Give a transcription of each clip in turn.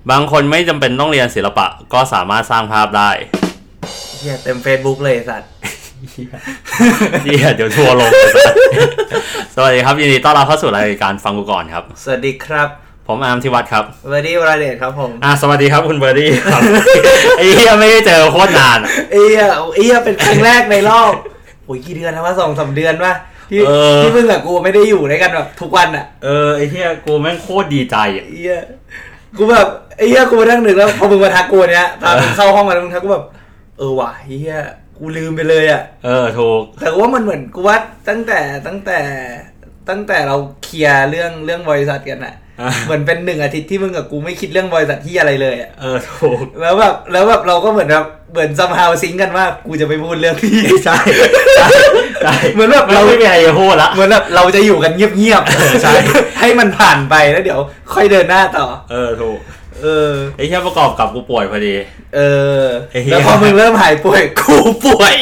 บางคนไม่จำเป็นต้องเรียนศิลปะก็สามารถสร้างภาพได้เหี้ยเต็ม Facebook เลยสัตว์เดี๋ยวทัวร์ลงสวัสดีครับยินดีต้อนรับเข้าสู่รายการฟังกูก่อนครับสวัสดีครับผมอาร์มธิวัฒน์ครับเบอร์ดี้วราเดชครับผมสวัสดีครับคุณเบอร์ดี้ครับไอ้เหี้ยไม่ได้เจอโคตรนานไอ้เหี้ยเป็นครั้งแรกในรอบโอ้ยกี่เดือนแล้ววะ 2-3 เดือนป่ะที่มึงกับกูไม่ได้อยู่ด้วยกันแบบทุกวันอ่ะไอ้เหี้ยกูแม่งโคตรดีใจอ่ะไอ้เหี้ยกูแบบไอ้เหี้ยกูมานั่งนึกแล้วพอมึงมาทักกูเนี้ยตอนมึงเข้าห้องมาแล้วมึงทักกูแบบว่ะไอ้เหี้ยกูลืมไปเลยอ่ะถูกแต่ว่ามันเหมือนกูว่าตั้งแต่เราเคลียร์เรื่องบริษัทกันอ่ะเหมือนเป็น1 อาทิตย์ที่มึงกับกูไม่คิดเรื่องบริษัทที่อะไรเลยอ่ะถูกแล้วแบบเราก็เหมือนsomehowซิงกันว่ากูจะไปพูดเรื่องที่ใช่เหมือนแบบเราไม่มีอะไรจะพูดละเหมือนแบบเราจะอยู่กันเงียบๆใช่ให้มันผ่านไปแล้วเดี๋ยวค่อยเดินหน้าต่อถูกไอ้แค่ประกอบกับกูป่วยพอดีแล้วพอมึงเริ่มหายป่วยกูป่วย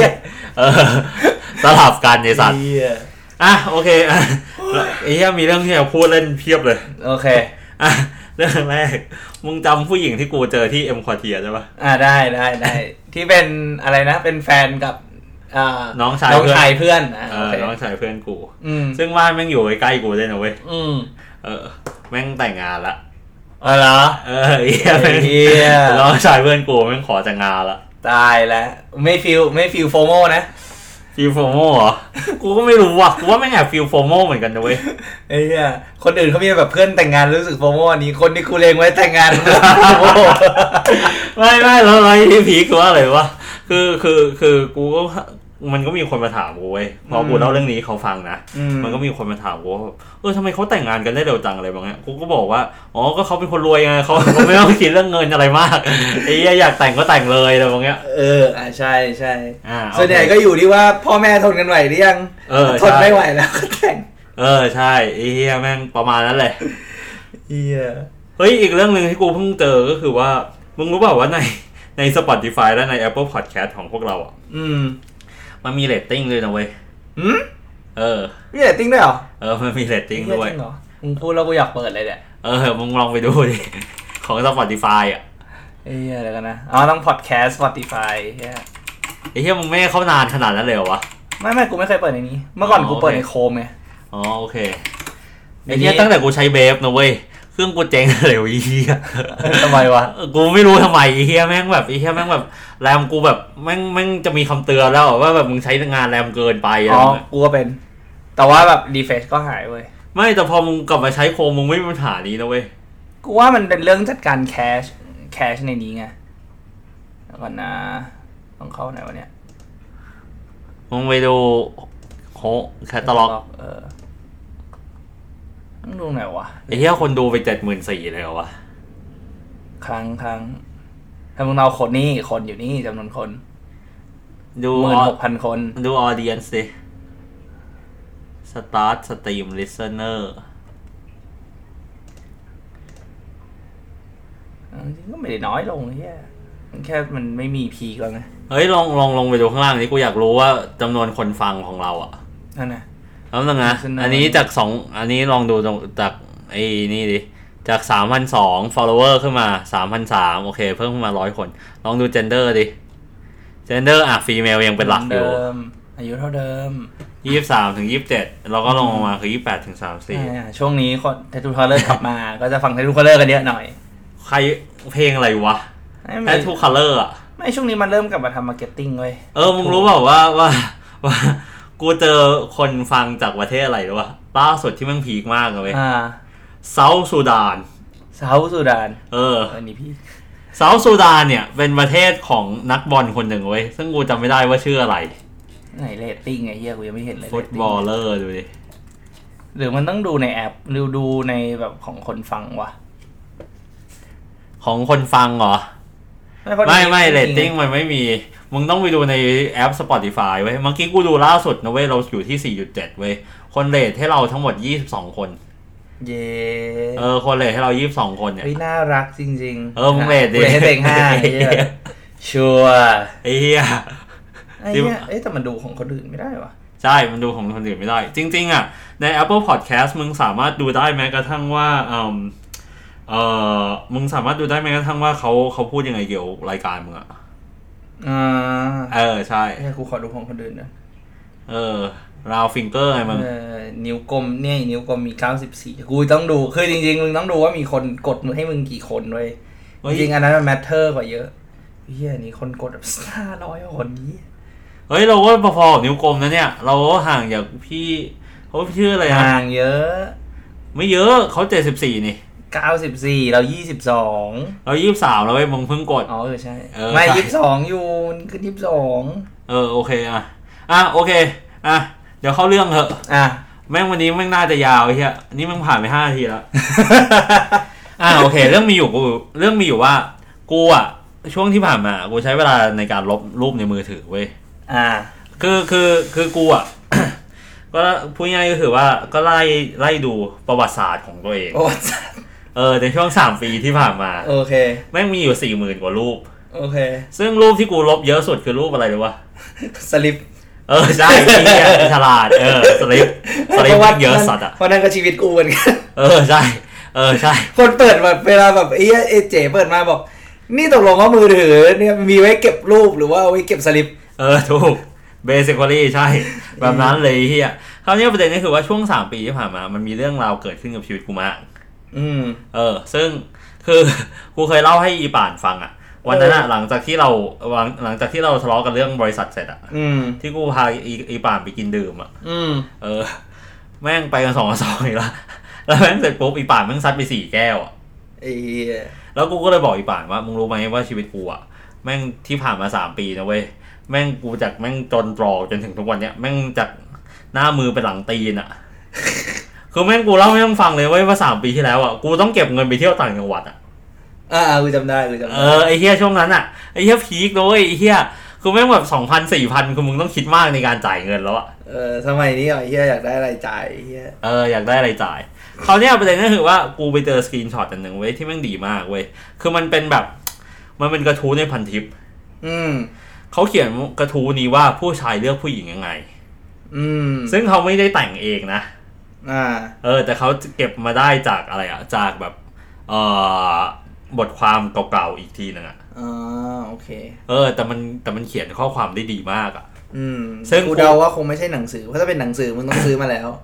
สลับกันไอ้สัตว์โอเคไอ้เหี้ยมีเรื่องที่จะพูดเล่นเพียบเลยโอเคเรื่องแรกมึงจำผู้หญิงที่กูเจอที่เอ็มควอเทียใช่ปะได้ที่เป็นอะไรนะเป็นแฟนกับน้องชายเพื่อนน้องชายเพื่อนกูซึ่งบ้านแม่งอยู่ใกล้ๆกูด้วยนะเว้ยแม่งแต่งงานละเหรอเหี้ยน้องชายเพื่อนกูแม่งขอแต่งงานละตายแล้วไม่ฟีลโฟโมนะฟีลโฟโมเหรอกูก็ไม่รู้ว่ะกูว่าแม่งแอบฟีลโฟโมเหมือนกันนะเว้ยไอ้เหี้ยคนอื่นเขามีแบบเพื่อนแต่งงานรู้สึกโฟโมอันนี้คนที่กูเลงไว้แต่งงานไม่แล้วอะไรที่พีคคือว่าอะไรวะคือกูก็มันก็มีคนมาถามกูเว้ยพอกูเล่าเรื่องนี้เขาฟังนะมันก็มีคนมาถามกูว่าทำไมเขาแต่งงานกันได้เร็วจังอะไรบางอย่างกูก็บอกว่าก็เขาเป็นคนรวยไงเขาไม่ต้องคิดเรื่องเงินอะไรมากไอ้อยากแต่งก็แต่งเลยอะไรบางอย่างใช่ส่วนใหญ่ก็อยู่ที่ว่าพ่อแม่ทนกันไหวหรือยังทนไม่ไหวแล้วก็แต่งใช่ไอ้เหี้ยแม่งประมาณนั้นเลยเฮ้ยอีกเรื่องนึงที่กูเพิ่งเจอก็คือว่ามึงรู้เปล่าว่าใน Spotify และใน Apple Podcast ของพวกเราอ่ะมันมีเรตติ้งด้วยนะเว้ยมีเรตติ้งด้วยเหรอมันมีเรตติ้งด้วยมึงพูดแล้วกูอยากเปิดเลยเนี่ยมึงลองไปดูดิของ Spotify อ่ะอะไรกันนะต้อง Podcast Spotify ไอ้เหี้ยมึงไม่เข้านานขนาดนั้นเลยเหรอวะไม่กูไม่เคยเปิดในนี้เมื่อก่อนกูเปิดในโคมไงโอเคไอ้เหี้ยตั้งแต่กูใช้เบฟนะเว้ยเครื่องกูเจ๊งเร็วอีเหี้ยทำไมวะกูไม่รู้ทำไมอีเหี้ยแม่งแบบอีเหี้ยแม่งแบบแรมกูแบบแม่งจะมีคำเตือนแล้วว่าแบบมึงใช้งานแรมเกินไปกูก็เป็นแต่ว่าแบบรีเฟรชก็หายเว้ยไม่แต่พอมึงกลับมาใช้โคมมึงไม่มีปัญหานี้นะเว้ยกูว่ามันเป็นเรื่องจัดการแคชในนี้ไงแล้วก่อนนะต้องเข้าไหนวะเนี่ยมึงไปดูโหแคตตาล็อกต้องดูไหนวะไอ้เหี้ยคนดูไป 74,000 เลยเหรอวะครั้งถ้ามึงเอาคนนี่คนอยู่นี่จำนวนคนดู 16,000 คนดูออเดียนซ์ดิStart Stream Listener ก็ไม่ได้น้อยลงแค่มันไม่มีพีแล้วไงเฮ้ยลงไปดูข้างล่างนี้กูอยากรู้ว่าจำนวนคนฟังของเราอ่ะนั่นนะแล้วนึงนะอันนี้จาก2อันนี้ลองดูจากไอ้นี่ดิจาก 3,200 follower ขึ้นมา 3,300 โอเคเพิ่มขึ้นมา100 คนลองดู gender ดิ gender female ยังเป็นหลักอยู่อายุเท่าเดิม 23 ถึง 27แล้วก็ลงมาคือ28 ถึง 34ช่วงนี้คนเททูคัลเลอร์กลับมาก็จะฟังเททูคัลเลอร์กันเยอะหน่อยใครเพลงอะไรวะเททูคัลเลอร์อ่ะไม่ช่วงนี้มันเริ่มกลับมาทำมาร์เก็ตติ้งเว้ยมึงรู้เปล่าว่ากูเจอคนฟังจากประเทศอะไรหรือวะล่าสุดที่มันพีคมากเลยเซาท์ซูดานนี่พี่เซาท์ซูดานเนี่ยเป็นประเทศของนักบอลคนหนึ่งเว้ยซึ่งกูจำไม่ได้ว่าชื่ออะไรไหนเรตติ้งไงเฮียกูยังไม่เห็นเลยฟุตบอลเลอร์ดูดิหรือมันต้องดูในแอปดูในแบบของคนฟังวะของคนฟังเหรอไม่เรตติ้งมันไม่มีมึงต้องไปดูในแอป Spotify เว้ยเมื่อกี้กูดูล่าสุดนะเว้ยเราอยู่ที่ 4.7 เว้ยคนเรทให้เราทั้งหมด22 คนคนเรทให้เรา22 คนเนี่ยน่ารักจริงๆมึงเรทดิเต็ง5ชัวร์ไอ้เหี้ยแต่มันดูของคนอื่นไม่ได้วะใช่มันดูของคนอื่นไม่ได้จริงๆอ่ะใน Apple Podcast มึงสามารถดูได้แม้กระทั่งว่ามึงสามารถดูได้ไหมกระทั่งว่าเขาพูดยังไงเกี่ยวรายการมึงอะใช่กูขอดูของคนอื่นนะราวฟิงเกอร์ไงมึงนิ้วกลมเนี่ยนิ้วกลมมี94กูต้องดูคือจริงๆมึงต้องดูว่ามีคนกดมือให้มึงกี่คนด้วยจริงๆอันนั้นมันแมทเทอร์กว่าเยอะเฮียนี่คนกดแบบ500คนนี้เฮ้ยเราก็พอๆกับนิ้วกลมนะเนี่ยเราก็ห่างจากพี่เขาชื่ออะไรห่างเยอะไม่เยอะเขา74นี่ 94เรา22 เรา23แล้วเว้ยมึงเพิ่งกดใช่ไม่22อยู่มันคือ22 โอเคโอเคเดี๋ยวเข้าเรื่องเถอะแม่งวันนี้แม่งน่าจะยาวไอ้เหี้ยนี่แม่งผ่านไป5 นาทีแล้วโอเคเรื่องมีอยู่ว่ากูอ่ะช่วงที่ผ่านมากูใช้เวลาในการลบรูปในมือถือเว้ยคือกูอ่ะ ก็พูดง่ายก็คือว่าก็ไล่ดูประวัติศาสตร์ของตัวเองในช่วง3 ปีที่ผ่านมาโอเคแม่งมีอยู่ 40,000 กว่ารูปโอเคซึ่งรูปที่กูลบเยอะสุดคือรูปอะไรรู้ป่ะสลิปใช่ฉลาดสลิปเยอะสัตว์อ่ะเพราะนั่นก็ชีวิตกูเหมือนกันใช่ใช่คนเปิดแบบเวลาแบบเจ๋เปิดมาบอกนี่ตกลงว่ามือถือเนี่ยมีไว้เก็บรูปหรือว่าเอาไว้เก็บสลิปถูกเบสิคอลี่ใช่แบบนั้นเลยเฮียคราวนี้ประเด็นก็คือว่าช่วง3 ปีที่ผ่านมามันมีเรื่องราวเกิดขึ้นกับชีวิตกูมากซึ่งคือกูเคยเล่าให้อีป่านฟังอ่ะวันนั้นหลังจากที่เราทะเลาะกันเรื่องบริษัทเสร็จอ่ะที่กูพาอีป่านไปกินดื่มอ่ะแม่งไปกัน2 ต่อ 2อีกแล้วแม่งเสร็จปุ๊บอีป่านแม่งซัดไป4 แก้วอ่ะแล้วกูก็เลยบอกอีป่านว่ามึงรู้ไหมว่าชีวิตกูอ่ะแม่งที่ผ่านมา3 ปีนะเว้ยแม่งกูจากแม่งจนตรอกจนถึงทุกวันเนี้ยแม่งจากหน้ามือไปหลังตีนอ่ะ คือแม่งกูเล่าให้มึงฟังเลยว่า3 ปีที่แล้วอ่ะกูต้องเก็บเงินไปเที่ยวต่างจังหวัดอ่ะกูจำได้ไอ้เหี้ยช่วงนั้นอ่ะไอ้เหี้ยพีคเลยไอ้เหี้ยคือแม่งแบบ 2,000 4,000 คือมึงต้องคิดมากในการจ่ายเงินแล้วอ่ะสมัยนี้ไอ้เหี้ยอยากได้อะไรจ่ายไอ้เหี้ยอยากได้อะไรจ่ายคราวนี้ประเด็นก็คือว่ากูไปเจอสกรีนช็อตอันนึงเว้ยที่แม่งดีมากเว้ยคือมันเป็นแบบมันเป็นกระทู้ในพันทิปเขาเขียนกระทู้นี้ว่าผู้ชายเลือกผู้หญิงยังไงซึ่งเขาไม่ได้แต่งเองนะแต่เขาเก็บมาได้จากอะไรอ่ะจากแบบบทความเก่าๆอีกทีนึงอ่ะโอเคแต่มันเขียนข้อความได้ดีมากอ่ะซึ่งกูเดาว่าคงไม่ใช่หนังสือเพราะถ้าเป็นหนังสือมึงต้องซื้อมาแล้ว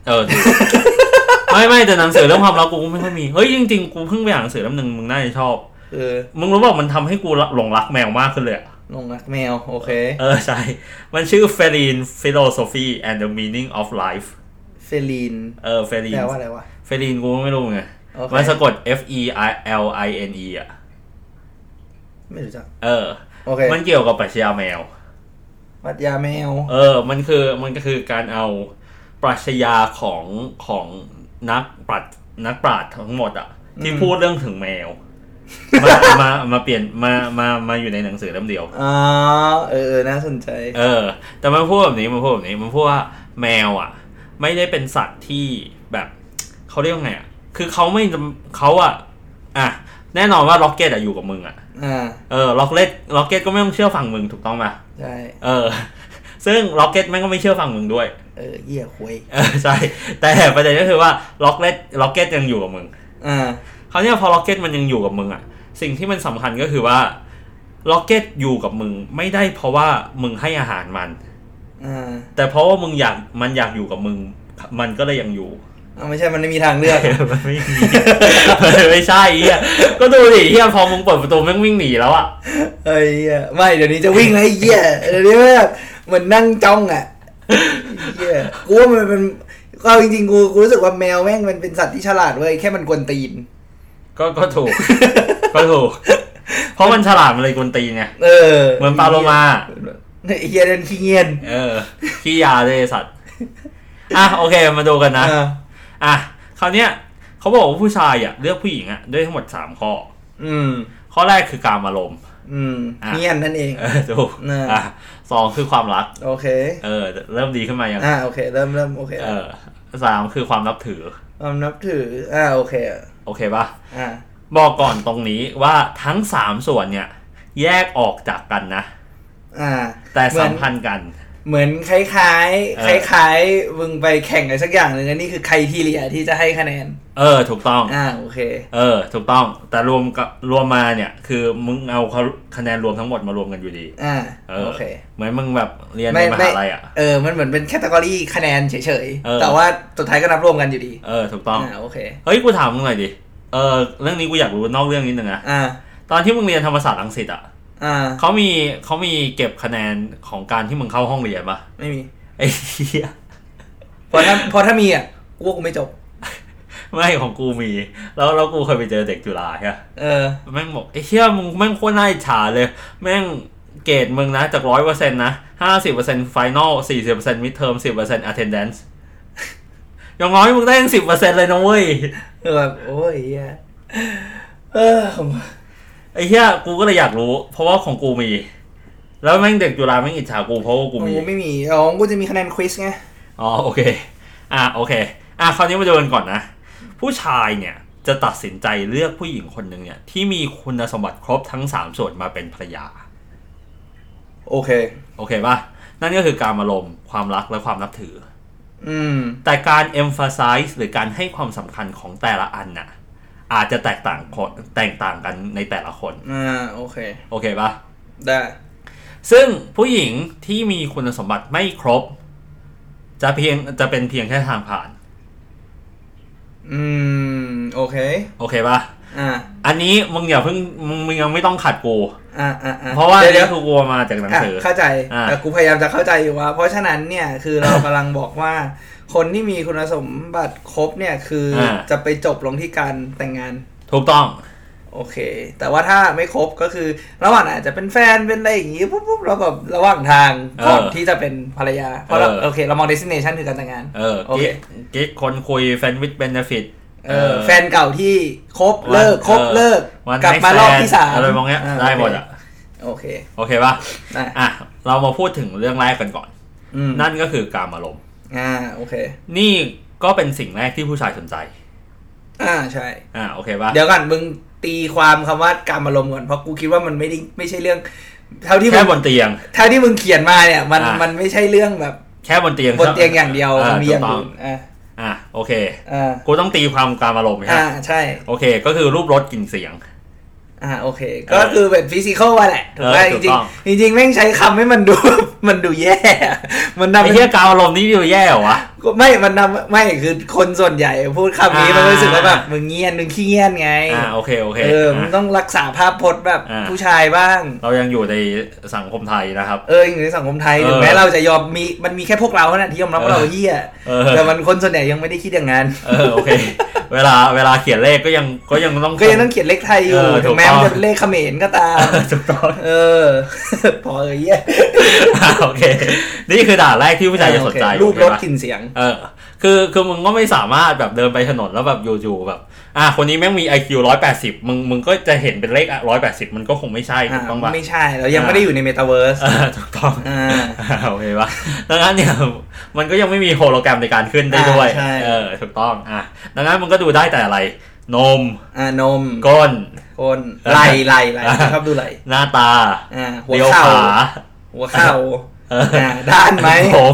ไม่แต่หนังสือเรื่องความรักกูไม่ค่อยมีเฮ้ยจริงๆกูเพิ่งไปอ่านหนังสือเล่มนึงมึงน่าจะชอบมึงรู้ป่ะมันทำให้กูหลงรักแมวมากขึ้นเลยหลงรักแมวโอเคใช่มันชื่อ Feline Philosophy and the Meaning of Life Feline Feline แปลว่าอะไรวะ Feline กูไม่รู้ไงมันสะกด F-E-L-I-N-E อ่ะไม่รู้จักโอเคมันเกี่ยวกับปรัชญาแมวปรัชญาแมวมันก็คือการเอาปรัชญาของนักปราชญ์ทั้งหมดอ่ะที่พูดเรื่องถึงแมวมาเปลี่ยนมาอยู่ในหนังสือเล่มเดียวน่าสนใจแต่มันพูดแบบนี้มันพูดว่าแมวอ่ะไม่ได้เป็นสัตว์ที่แบบเขาเรียกว่าไงอ่ะคือเขาแน่นอนว่าล็อกเก็ตอยู่กับมึงอ่ะล็อกเก็ตก็ไม่ต้องเชื่อฟังมึงถูกต้องป่ะใช่ซึ่งล็อกเก็ตแม่งก็ไม่เชื่อฟังมึงด้วยเหี้ยคุยใช่แต่ประเด็นก็คือว่าล็อกเก็ตยังอยู่กับมึงคราวนี้พอล็อกเก็ตมันยังอยู่กับมึงอ่ะสิ่งที่มันสำคัญก็คือว่าล็อกเก็ตอยู่กับมึงไม่ได้เพราะว่ามึงให้อาหารมันแต่เพราะว่ามันอยากอยู่กับมึงมันก็เลยยังอยู่ไม่ใช่มันไม่มีทางเลือกมันไม่ใช่เหี้ยก็ดูดิเหี้ยพอมึงเปิดประตูแม่งวิ่งหนีแล้วอ่ะไม่เดี๋ยวนี้จะวิ่งไอ้เหี้ยเดี๋ยวนี้เหมือนนั่งจ้องอ่ะเหี้ยกูว่ามันเป็นก็จริงๆกูรู้สึกว่าแมวแม่งมันเป็นสัตว์ที่ฉลาดเว้ยแค่มันกวนตีนก็ถูกเพราะมันฉลาดมันเลยกวนตีนไงเหมือนปลาโลมาเหี้ยเดินขี้เงียนขี้ยาเลยสัตว์โอเคมาดูกันนะคราวเนี้ยเขาบอกว่าผู้ชายเลือกผู้หญิงด้วยทั้งหมด3 ข้อข้อแรกคือกามอารมณ์เงียนนั่นเองถูก2คือความรักโอเคเริ่มดีขึ้นมายังโอเคเริ่มโอเค 3คือความนับถือโอเคป่ะบอกก่อนตรงนี้ว่าทั้ง3ส่วนเนี่ยแยกออกจากกันนะแต่สัมพันธ์กันเหมือนคล้ายๆมึงไปแข่งอะไรสักอย่างนึงอันนี้คือไครทีเรียที่จะให้คะแนนถูกต้องโอเคถูกต้องแต่รวมมาเนี่ยคือมึงเอาคะแนนรวมทั้งหมดมารวมกันอยู่ดีโอเคเหมือนมึงแบบเรียนในมหาลัยมันเหมือนเป็นแคตตากรีคะแนนเฉยๆแต่ว่าสุดท้ายก็นับรวมกันอยู่ดีถูกต้องโอเคเฮ้ยกูถามมึงหน่อยดิเรื่องนี้กูอยากรู้นอกเรื่องนิดนึงนะตอนที่มึงเรียนธรรมศาสตร์รังสิตเขามีเก็บคะแนนของการที่มึงเข้าห้องเรียนปะไม่มีไอ้เหี้ยพอถ้ามีกูไม่จบไม่ของกูมีแล้วกูเคยไปเจอเด็กจุฬาใช่ไหมแม่งบอกไอ้เหี้ยมึงแม่งโคตรน่าอิจฉาเลยแม่งเกรดมึงนะจาก 100% นะ 50% final 40% midterm 10% attendance อย่างน้อยมึงได้ถึง 10% เลยนะเว้ยแบบโอ้ยเหี้ยไอ้เหี้ยกูก็เลยอยากรู้เพราะว่าของกูมีแล้วแม่งเด็กจุฬาแม่งอิจฉากูเพราะว่ากูมีไม่มีกูจะมีคะแนนควิสไงโอเคโอเคคราวนี้มาดูกันก่อนนะผู้ชายเนี่ยจะตัดสินใจเลือกผู้หญิงคนหนึ่งเนี่ยที่มีคุณสมบัติครบทั้ง3ส่วนมาเป็นภรรยาโอเคป่ะนั่นก็คือการอารมณ์ความรักและความนับถือแต่การ emphasize หรือการให้ความสำคัญของแต่ละอันน่ะอาจจะแตกต่างกันในแต่ละคนโอเคป่ะได้ซึ่งผู้หญิงที่มีคุณสมบัติไม่ครบจะเป็นเพียงแค่ทางผ่านโอเคป่ะอันนี้มึงอย่าเพิ่งมึงยังไม่ต้องขัดกูเพราะว่าเดี๋ยวกูมาจากหนังสือเข้าใจแต่กูพยายามจะเข้าใจอยู่ว่าเพราะฉะนั้นเนี่ยคือเรากำลังบอกว่าคนที่มีคุณสมบัติครบเนี่ยคือจะไปจบลงที่การแต่งงานถูกต้องโอเคแต่ว่าถ้าไม่ครบก็คือระหว่างอาจจะเป็นแฟนเป็นอะไรอย่างงี้ปุ๊บแล้วแบบระหว่างทางก่อนที่จะเป็นภรรยาเพราะโอเคเรามอง destination คือการแต่งงานโอเคกิ๊กคนคุยแฟน with benefit แฟนเก่าที่คบเลิกกลับมารอบที่3 อะไรมองเงี้ยได้หมดโอเคป่ะเรามาพูดถึงเรื่องแรกกันก่อนนั่นก็คือการอารมณ์โอเคนี่ก็เป็นสิ่งแรกที่ผู้ชายสนใจใช่โอเคป่ะเดี๋ยวก่อนมึงตีความคำว่าการอารมณ์ก่อนเพราะกูคิดว่ามันไม่ใช่เรื่องเท่าที่แค่บนเตียงเท่าที่มึงเขียนมาเนี่ยมันไม่ใช่เรื่องแบบแค่บนเตียงอย่างเดียวมีอย่างอื่นโอเคกูต้องตีความการอารมณ์ใช่โอเคก็คือรูปรสกลิ่นเสียงโอเคก็คือแบบฟิสิกอลแหละถูกไหมจริงแม่งใช้คำให้มันดูแย่มันทำไอ้เหี้ยการอารมณ์นี่ดูแย่เหรอวะมันทำไม่คือคนส่วนใหญ่พูดคำนี้มันรู้สึกว่าแบบมึงเงียนมึงขี้เงียนไงโอเคมึงต้องรักษาภาพพจน์แบบผู้ชายบ้างเรายังอยู่ในสังคมไทยนะครับอยู่ในสังคมไทยถึงแม้เราจะยอมมันมีแค่พวกเราเท่านั้นที่ยอมรับว่าเราเหี้ยแต่มันคนส่วนใหญ่ยังไม่ได้คิดอย่างนั้นโอเคเวลาเขียนเลขก็ยังต้องเขียนเลขไทยอยู่ถึงแม้มันจะเป็นเลขเขมรก็ตามถูกต้องพอเหี้ยโอเคนี่คือด่านแรกที่ผู้ชายจะสนใจรูปรสกลิ่นเสียงคือมึงก็ไม่สามารถแบบเดินไปถนนแล้วแบบอยู่ๆแบบคนนี้แม่งมี IQ 180มึงก็จะเห็นเป็นเลข180มันก็คงไม่ใช่ถูกต้องป่ะไม่ใช่เรายังไม่ได้อยู่ในเมตาเวิร์สถูกต้องโอเคป่ะดังนั้นเนี่ยมันก็ยังไม่มีโฮโลแกรมในการขึ้นได้ด้วยถูกต้องดังนั้นมันก็ดูได้แต่อะไรนมนมก้นไหล่ชอบดูไหล่หน้าตาหัวเข่าด้านไหมผม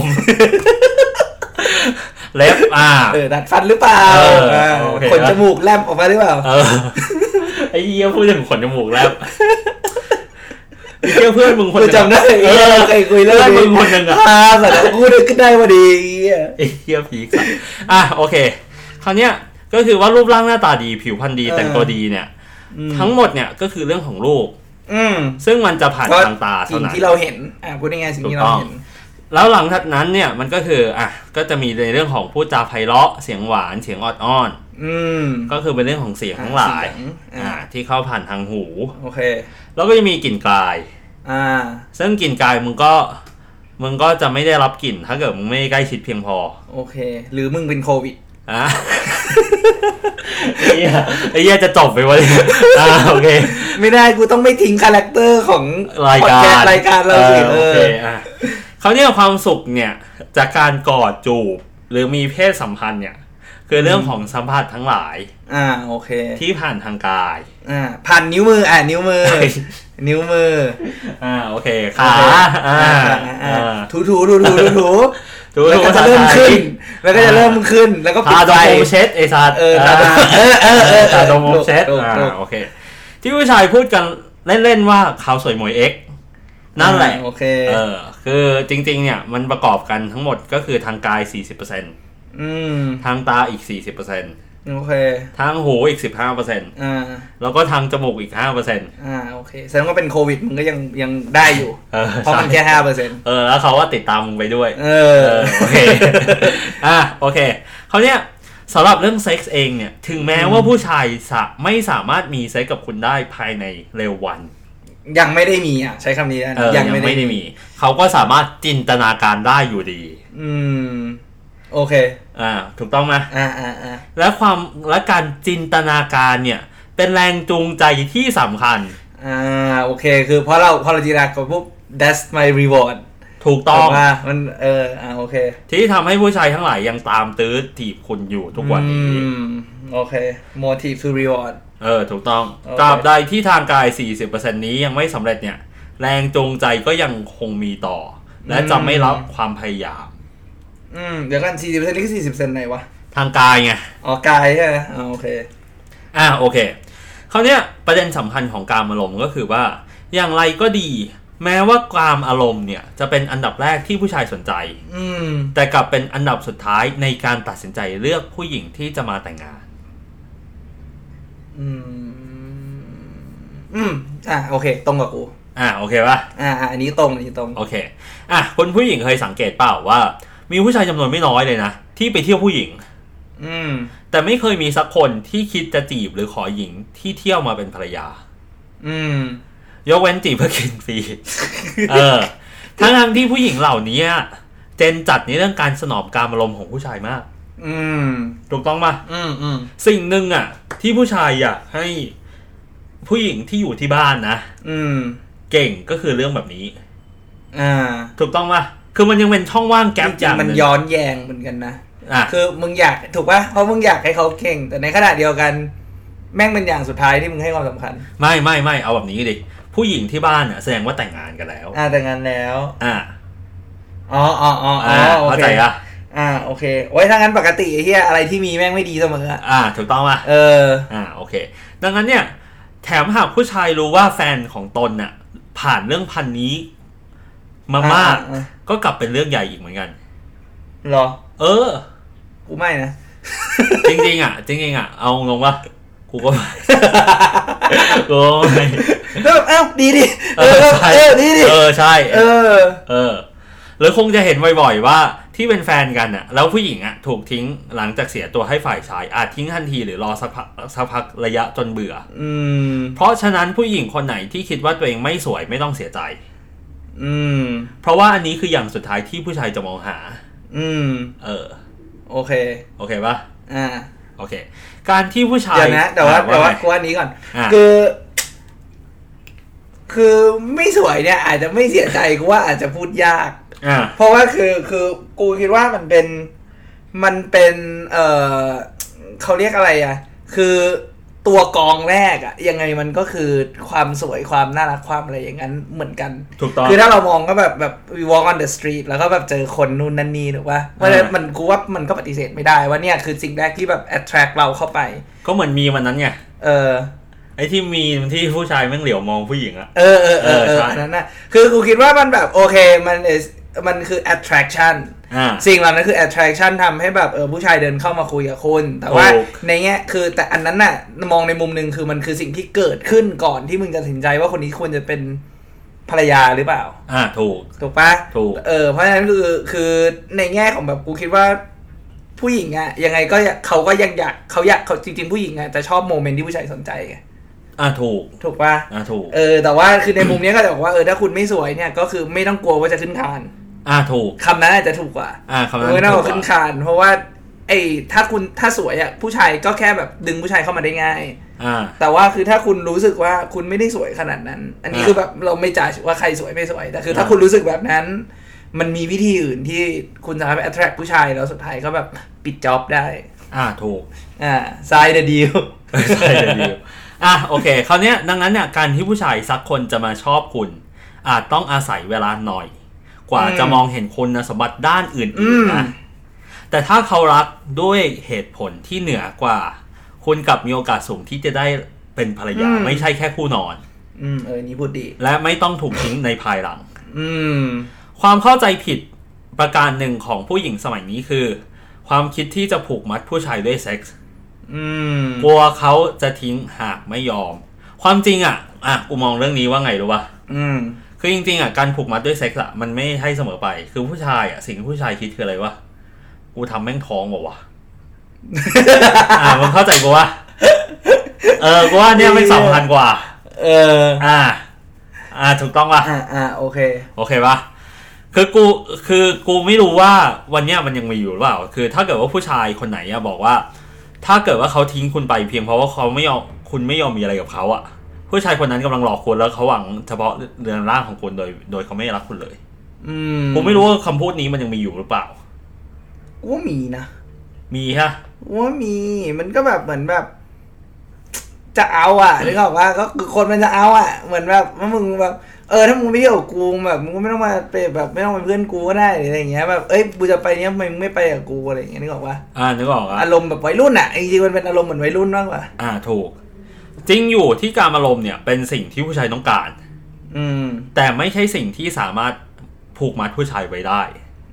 เล็บดัดฟันหรือเปล่าขนจมูกแลบออกมาหรือเปล่าไอ้เหี้ยพูดถึงขนจมูกแลบไอ้เหี้ยเพื่อนมึงคนจำได้เคยคุยเรื่องมึงคนนึงสัตว์กูนึกขึ้นได้พอดีไอ้เหี้ยผีสัตว์โอเคคราวเนี้ยก็คือว่ารูปร่างหน้าตาดีผิวพรรณดีแต่งตัวดีเนี่ยทั้งหมดเนี่ยก็คือเรื่องของรูปซึ่งมันจะผ่านทางตาเท่านั้นสิ่งที่เราเห็นพูดง่ายๆสิ่งที่เราเห็นแล้วหลังจากนั้นเนี่ยมันก็คือก็จะมีในเรื่องของพูดจาไพเราะเสียงหวานเสียงออดอ้อนก็คือเป็นเรื่องของเสียงทั้งหลายที่เข้าผ่านทางหูโอเคแล้วก็จะมีกลิ่นกายซึ่งกลิ่นกายมึงก็จะไม่ได้รับกลิ่นถ้าเกิดมึงไม่ใกล้ชิดเพียงพอโอเคหรือมึงเป็นโควิดไอ้เหี้ยจะจบไปวะเนี่ยโอเคไม่ได้กูต้องไม่ทิ้งคาแรคเตอร์ของรายการเราสิโอเคเขาเนี่ยความสุขเนี่ยจากการกอดจูบหรือมีเพศสัมพันธ์เนี่ยคือเรื่องของสัมผัสทั้งหลายโอเคที่ผ่านทางกายผ่านนิ้วมือนิ้วมือนิ้วมือโอเคขาถูแล้วก็จะเริ่มขึ้นแล้วก็จะเริ่มขึ้นแล้วก็ปิดไฟเช็ดไอ้สัตว์ตาดมเช็ดโอเคที่ผู้ชายพูดกันเล่นๆว่าเขาสวยหมวย X นั่นแหละโอเคคือจริงๆเนี่ยมันประกอบกันทั้งหมดก็คือทางกาย 40%ทางตาอีก 40% โอเคทางหูอีก 15%แล้วก็ทางจมูกอีก 5% โอเคแสดงว่าเป็นโควิดมึงก็ยังได้อยู่เพราะมันแค่ 5% แล้วเขาว่าติดตามมึงไปด้วยโอเคโอเคเขาเนี่ยสำหรับเรื่องเซ็กส์เองเนี่ยถึงแม้ว่าผู้ชายไม่สามารถมีเซ็กส์กับคุณได้ภายในเร็ววันยังไม่ได้มีใช้คำนี้นะยังไม่ได้มีเขาก็สามารถจินตนาการได้อยู่ดีโอเคถูกต้องไหมและการจินตนาการเนี่ยเป็นแรงจูงใจที่สำคัญโอเคคือพอเราจินตนาการปุ๊บ that's my reward ถูกต้องมันโอเคที่ทำให้ผู้ชายทั้งหลายยังตามตื้อจีบคุณอยู่ทุกวันนี้โอเค motive to reward ถูกต้องตราบใดที่ทางกาย 40% นี้ยังไม่สำเร็จเนี่ยแรงจูงใจก็ยังคงมีต่อและจะไม่รับความพยายามเดี๋ยวกัน 40% นี่คือ 40% ไหนวะทางกายไงกายใช่ไหมโอเคโอเคคราวเนี้ยประเด็นสำคัญของการอารมณ์ก็คือว่าอย่างไรก็ดีแม้ว่าความอารมณ์เนี่ยจะเป็นอันดับแรกที่ผู้ชายสนใจแต่กลับเป็นอันดับสุดท้ายในการตัดสินใจเลือกผู้หญิงที่จะมาแต่งงานโอเคตรงกับกูโอเคป่ะอันนี้ตรงโอเคคนผู้หญิงเคยสังเกตเปล่าว่ามีผู้ชายจำนวนไม่น้อยเลยนะที่ไปเที่ยวผู้หญิงแต่ไม่เคยมีสักคนที่คิดจะจีบหรือขอหญิงที่เที่ยวมาเป็นภรรยายกเว้นจีบเพื่อกินฟรีทั้งที่ผู้หญิงเหล่านี้เจนจัดในเรื่องการสนองการอารมณ์ของผู้ชายมากถูกต้องป่ะสิ่งหนึ่งที่ผู้ชายอยากให้ผู้หญิงที่อยู่ที่บ้านนะเก่งก็คือเรื่องแบบนี้ถูกต้องป่ะคือมันยังเป็นช่องว่างแก๊ปอย่างมันย้อนแยงเหมือนกันนะคือมึงอยากถูกป่ะเพราะมึงอยากให้เขาเก่งแต่ในขณะเดียวกันแม่งเป็นอย่างสุดท้ายที่มึงให้ความสำคัญไม่เอาแบบนี้ดิผู้หญิงที่บ้านแสดงว่าแต่งงานกันแล้วแต่งงานแล้วเข้าใจโอเคโอ้ยถ้างั้นปกติไอ้เหี้ยอะไรที่มีแม่งไม่ดีเสมอถูกต้องป่ะโอเคดังนั้นเนี่ยแถมหากผู้ชายรู้ว่าแฟนของตนผ่านเรื่องพันนี้มามากก็กลับเป็นเรื่องใหญ่อีกเหมือนกันหรอกูไม่นะจริงๆเอางงว่ากูก็ไม่ดีดิดีดิใช่หรือคงจะเห็นบ่อยๆว่าที่เป็นแฟนกันแล้วผู้หญิงถูกทิ้งหลังจากเสียตัวให้ฝ่ายชายอาจทิ้งทันทีหรือรอสักพักระยะจนเบื่อเพราะฉะนั้นผู้หญิงคนไหนที่คิดว่าตัวเองไม่สวยไม่ต้องเสียใจเพราะว่าอันนี้คืออย่างสุดท้ายที่ผู้ชายจะมองหาโอเคป่ะโอเคการที่ผู้ชายเดี๋ยวนะแต่ว่ากูอันนี้ก่อนคือไม่สวยเนี่ยอาจจะไม่เสียใจกูว่าอาจจะพูดยากเพราะว่าคือกูคิดว่ามันเป็นเขาเรียกอะไรคือตัวกองแรกยังไงมันก็คือความสวยความน่ารักความอะไรอย่างนั้นเหมือนกันถูกต้องคือถ้าเรามองก็แบบ we walk on the street แล้วก็แบบเจอคนนู่นนั่นนี่ถูกป่ะเพราะฉะนั้นมันกูว่ามันก็ปฏิเสธไม่ได้ว่าเนี่ยคือสิ่งแรกที่แบบ attract เราเข้าไปก็เหมือนมีวันนั้นไงไอ้ที่มีที่ผู้ชายแม่งเหลียวมองผู้หญิงอันนั้นคือกูคิดว่ามันแบบโอเคมันคือ attraction สิ่งเหล่านั้นคือ attraction ทำให้แบบผู้ชายเดินเข้ามาคุยกับคุณแต่ว่าในแง่คือแต่อันนั้นมองในมุมนึงคือมันคือสิ่งที่เกิดขึ้นก่อนที่มึงจะตัดสินใจว่าคนนี้ควรจะเป็นภรรยาหรือเปล่าถูกป่ะถูกเพราะฉะนั้นคือในแง่ของแบบกูคิดว่าผู้หญิงยังไงก็เขาก็ยังอยากเขาจริงๆผู้หญิงจะชอบโมเมนต์ที่ผู้ชายสนใจไงถูกป่ะถูกแต่ว่าคือในมุมนี้ก็จะบอกว่าถ้าคุณไม่สวยเนี่ยก็คือไม่ต้องกลัวว่าจะขึ้นคานถูกคำนั้นอาจจะถูกกว่าคำนั้นไม่ต้องขึ้นคานเพราะว่าถ้าสวยผู้ชายก็แค่แบบดึงผู้ชายเข้ามาได้ง่ายแต่ว่าคือถ้าคุณรู้สึกว่าคุณไม่ได้สวยขนาดนั้นอันนี้คือแบบเราไม่จ่ายว่าใครสวยไม่สวยแต่คือถ้าคุณรู้สึกแบบนั้นมันมีวิธีอื่นที่คุณสามารถ attract ผู้ชายแล้วสุดท้ายก็แบบปิดจ็อบได้ถูก sign the deal sign the deal โอเคคราวนี้ดังนั้นเนี่ยการที่ผู้ชายสักคนจะมาชอบคุณอาจต้องอาศัยเวลาหน่อยกว่าจะมองเห็นคุณสมบัติด้านอื่นๆนะแต่ถ้าเขารักด้วยเหตุผลที่เหนือกว่าคุณกลับมีโอกาสสูงที่จะได้เป็นภรรยาไม่ใช่แค่คู่นอนนี่พูดดีและไม่ต้องถูกทิ้งในภายหลังความเข้าใจผิดประการหนึ่งของผู้หญิงสมัยนี้คือความคิดที่จะผูกมัดผู้ชายด้วยเซ็กส์กลัวเขาจะทิ้งหากไม่ยอมความจริงกูมองเรื่องนี้ว่าไงรู้ป่ะคือจริงๆการผูกมัดด้วยเซ็กส์มันไม่ให้เสมอไปคือผู้ชายสิ่งที่ผู้ชายคิดคืออะไรวะกูทำแม่งท้องวะมึงเข้าใจกูวะกูว่าเนี่ยไม่สำคัญกว่าถูกต้องป่ะโอเคป่ะคือกูไม่รู้ว่าวันเนี้ยมันยังมีอยู่หรือเปล่าคือถ้าเกิดว่าผู้ชายคนไหนบอกว่าถ้าเกิดว่าเขาทิ้งคุณไปเพียงเพราะว่าเขาไม่ยอมคุณไม่ยอมมีอะไรกับเขาผู้ชายคนนั้นกำลังหลอกคุณแล้วเขาหวังเฉพาะเรือนร่างของคุณโดยเขาไม่รักคุณเลยผมไม่รู้ว่าคำพูดนี้มันยังมีอยู่หรือเปล่าว่ามีนะมีฮะว่ามีมันก็แบบเหมือนแบบจะเอานึกออกว่าก็คือคนมันจะเอาเหมือนแบบว่ามึงแบบถ้ามึงไม่เที่ยวกับกูแบบมึงก็ไม่ต้องมาเป็นแบบไม่ต้องเป็นเพื่อนกูก็ได้อะไรอย่างเงี้ยแบบกูจะไปเนี้ยมึงไม่ไปกับกูอะไรอย่างเงี้ยนึกออกว่านึกออกอารมณ์แบบวัยรุ่นจริงๆมันเป็นอารมณ์เหมือนวัยรุ่นมากกว่าถูกจริงอยู่ที่การอารมณ์เนี่ยเป็นสิ่งที่ผู้ชายต้องการแต่ไม่ใช่สิ่งที่สามารถผูกมัดผู้ชายไว้ได้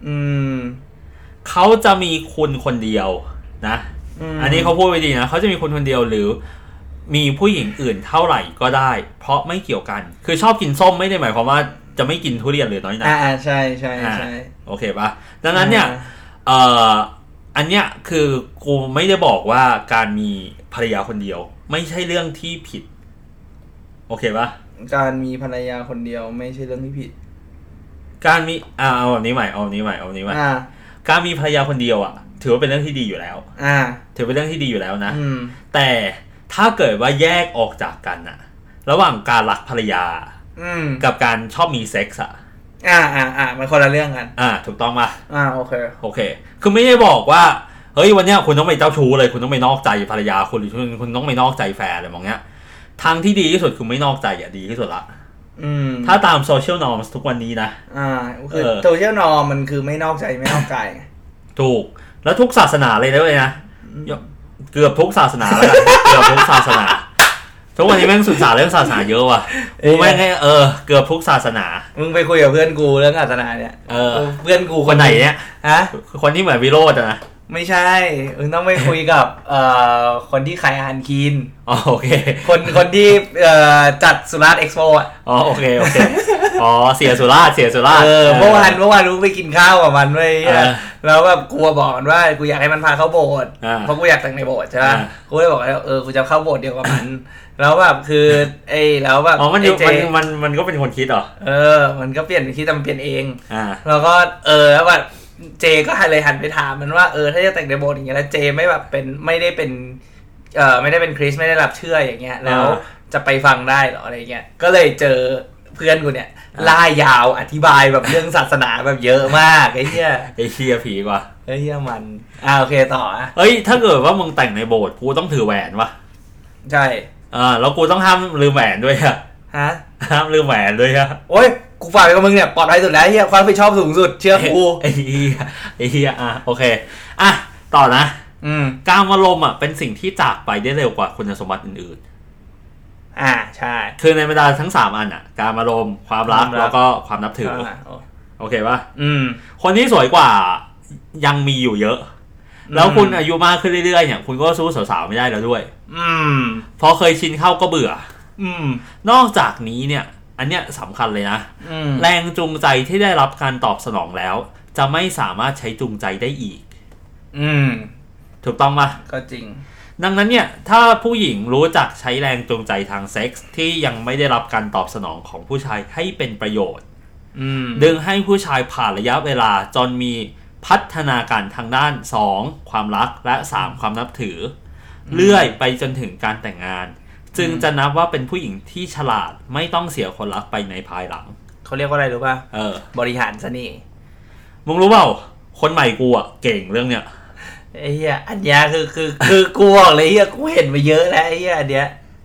เขาจะมีคุณคนเดียวนะอันนี้เขาพูดไว้ดีนะเขาจะมีคุณคนเดียวหรือมีผู้หญิงอื่นเท่าไหร่ก็ได้เพราะไม่เกี่ยวกันคือชอบกินส้มไม่ได้หมายความว่าจะไม่กินทุเรียนหรือน้อยหนาใช่ใช่ใช่โอเคป่ะดังนั้นเนี่ยอันเนี้ยคือกูไม่ได้บอกว่าการมีภรรยาคนเดียวไม่ใช่เรื่องที่ผิดโอเคป่ะการมีภรรยาคนเดียวไม่ใช่เรื่องที่ผิดการมีเอาแบบนี้ใหม่การมีภรรยาคนเดียวถือว่าเป็นเรื่องที่ดีอยู่แล้วถือเป็นเรื่องที่ดีอยู่แล้วนะแต่ถ้าเกิดว่าแยกออกจากกันระหว่างการรักภรรยากับการชอบมีเซ็กส์มันคนละเรื่องกันถูกต้องป่ะโอเคคือไม่ได้บอกว่าเฮ้ยวันเนี้ยคุณต้องไปเจ้าชู้เลยคุณต้องไปนอกใจภรรยาคุณหรือคุณต้องไปนอกใจแฟนอะไรมองเงี้ยทางที่ดีที่สุดคือไม่นอกใจดีที่สุดละถ้าตามโซเชียลนอร์มทุกวันนี้นะคือโซเชียลนอร์มมันคือไม่นอกใจไม่นอกกายถูกแล้วทุกศาสนาเลยนะเกือบทุกศาสนาแล้วกันเกือบทุกศาสนาทุกวันนี้แม่งศึกษาเรื่องศาสนาเยอะว่ะกูแม่งเกือบทุกศาสนามึงไปคุยกับเพื่อนกูเรื่องศาสนาเนี่ยเพื่อนกูคนไหนเนี่ยคนที่เหมือนวิโรจน์นะไม่ใช่มึงต้องไปคุยกับคนที่ขายอาหารคีนโอเคคนที่จัดสุราษฎร์เอ็กซ์โปโอเคเสียสุราษฎร์เมื่อวานรู้ไปกินข้าวกับมันด้วยแล้วแบบกูบอกมันว่ากูอยากให้มันพาเข้าโบสถ์เพราะกูอยากแต่งในโบสถ์ใช่ไหมกูเลยบอกว่ากูจะเข้าโบสถ์เดียวกับมันแล้วแบบคือแล้วแบบมันก็เป็นคนคิดเหรอมันก็เปลี่ยนคิดแต่มันเปลี่ยนเองแล้วก็แล้วแบบเจก็เลยหันไปถามมันว่าถ้าจะแต่งในโบสถ์อย่างเงี้ยแล้วเจไม่แบบเป็นไม่ได้เป็นคริสไม่ได้รับเชื่ออย่างเงี้ยแล้วจะไปฟังได้หรออะไรเงี้ยก็เลยเจอเพื่อนกูเนี่ยล่ายาวอธิบายแบบเรื่องศาสนาแบบเยอะมากไอ้เหี้ยผีกว่าไอ้เหี้ยมันโอเคต่อถ้าเกิดว่ามึงแต่งในโบสถ์กูต้องถือแหวนวะใช่แล้วกูต้องห้ามลืมแหวนด้วยห้ามลืมแหวนด้วยโอ๊ยกูฝากกับมึงเนี่ยปลอดภัยสุดแล้วเฮียความรับผิดชอบสูงสุดเชื่อกูไอ้เฮียโอเคต่อนะการอารมณ์เป็นสิ่งที่จากไปได้เร็วกว่าคุณสมบัติอื่นๆใช่คือในบรรดาทั้ง3อันการอารมณ์ความรักแล้วก็ความนับถือโอเคป่ะคนที่สวยกว่ายังมีอยู่เยอะแล้วคุณอายุมากขึ้นเรื่อยๆเนี่ยคุณก็สู้สาวๆไม่ได้แล้วด้วยพอเคยชินเข้าก็เบื่อนอกจากนี้เนี่ยอันเนี้ยสำคัญเลยนะแรงจูงใจที่ได้รับการตอบสนองแล้วจะไม่สามารถใช้จูงใจได้อีกถูกต้องป่ะก็จริงดังนั้นเนี่ยถ้าผู้หญิงรู้จักใช้แรงจูงใจทางเซ็กส์ที่ยังไม่ได้รับการตอบสนองของผู้ชายให้เป็นประโยชน์ดึงให้ผู้ชายผ่านระยะเวลาจนมีพัฒนาการทางด้าน2ความรักและ3ความนับถือเลื่อยไปจนถึงการแต่งงานจึงจะนับว่าเป็นผู้หญิงที่ฉลาดไม่ต้องเสียคนรักไปในภายหลังเขาเรียกว่าอะไรรู้ป่ะบริหารเสน่ห์มึงรู้เปล่าคนใหม่กูเก่งเรื่องเนี้ยไอ้เหี้ยอันเนี้ยคือกูบอกเลยเหี้ยกูเห็นมาเยอะแล้วไอ้เหี้ยอันเนี้ย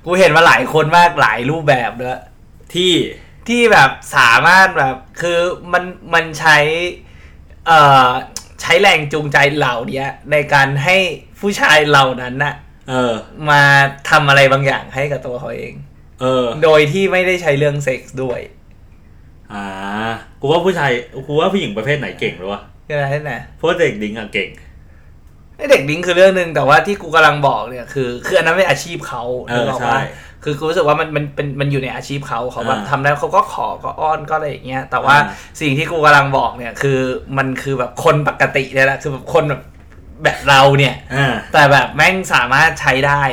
กูเห็นมาหลายคนมากหลายรูปแบบด้วยที่แบบสามารถแบบคือมันใช้ใช้แรงจูงใจเหล่านี้ในการให้ผู้ชายเหล่านั้นน่ะมาทำอะไรบางอย่างให้กับตัวเขาเองโดยที่ไม่ได้ใช้เรื่องเซ็กส์ด้วยกูว่าผู้หญิงประเภทไหนเก่งหรือวะอะไรนะเพราะเด็กดิ้งอะเก่งเด็กดิ้งคือเรื่องนึงแต่ว่าที่กูกำลังบอกเนี่ยคืออันนั้นเป็นอาชีพเขาใช่คือกูรู้สึกว่ามันอยู่ในอาชีพเขาแบบทำได้เขาก็ขอก็อ้อนก็อะไรอย่างเงี้ยแต่ว่าสิ่งที่กูกำลังบอกเนี่ยคือมันคือแบบคนปกติเนี่ยแหละคือแบบคนแบบเราเนี่ยแต่แบบแม่งสามารถใช้ได้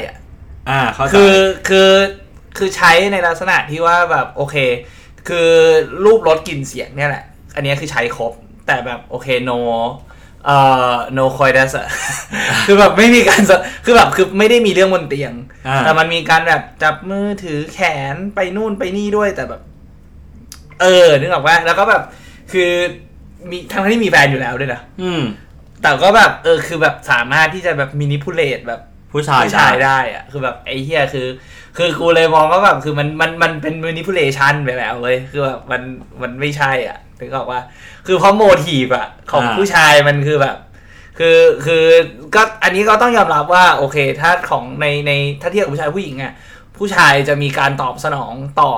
คือใช้ในลักษณะที่ว่าแบบโอเคคือรูปลดกลิ่นเสียงเนี่ยแหละอันนี้คือใช้ครบแต่แบบโอเคno coitus คือแบบไม่มีการคือแบบคือไม่ได้มีเรื่องบนเตียงแต่มันมีการแบบจับมือถือแขนไปนู่นไปนี่ด้วยแต่แบบนึกออกว่าแล้วก็แบบคือมีทั้งที่มีแฟนอยู่แล้วด้วยนะแต่ก็แบบคือแบบสามารถที่จะแบบmanipulateแบบผู้ชายได้อะคือแบบไอ้เหี้ยคือกูเลยมองว่าแบบคือมันเป็น manipulation ไปแล้วเว้ยคือแบบมันไม่ใช่อ่ะถึงบอกว่าคือเพราะโมทีฟอ่ะของผู้ชายมันคือแบบคือก็อันนี้ก็ต้องยอมรับว่าโอเคถ้าของในถ้าเทียบกับผู้ชายผู้หญิงอ่ะผู้ชายจะมีการตอบสนอง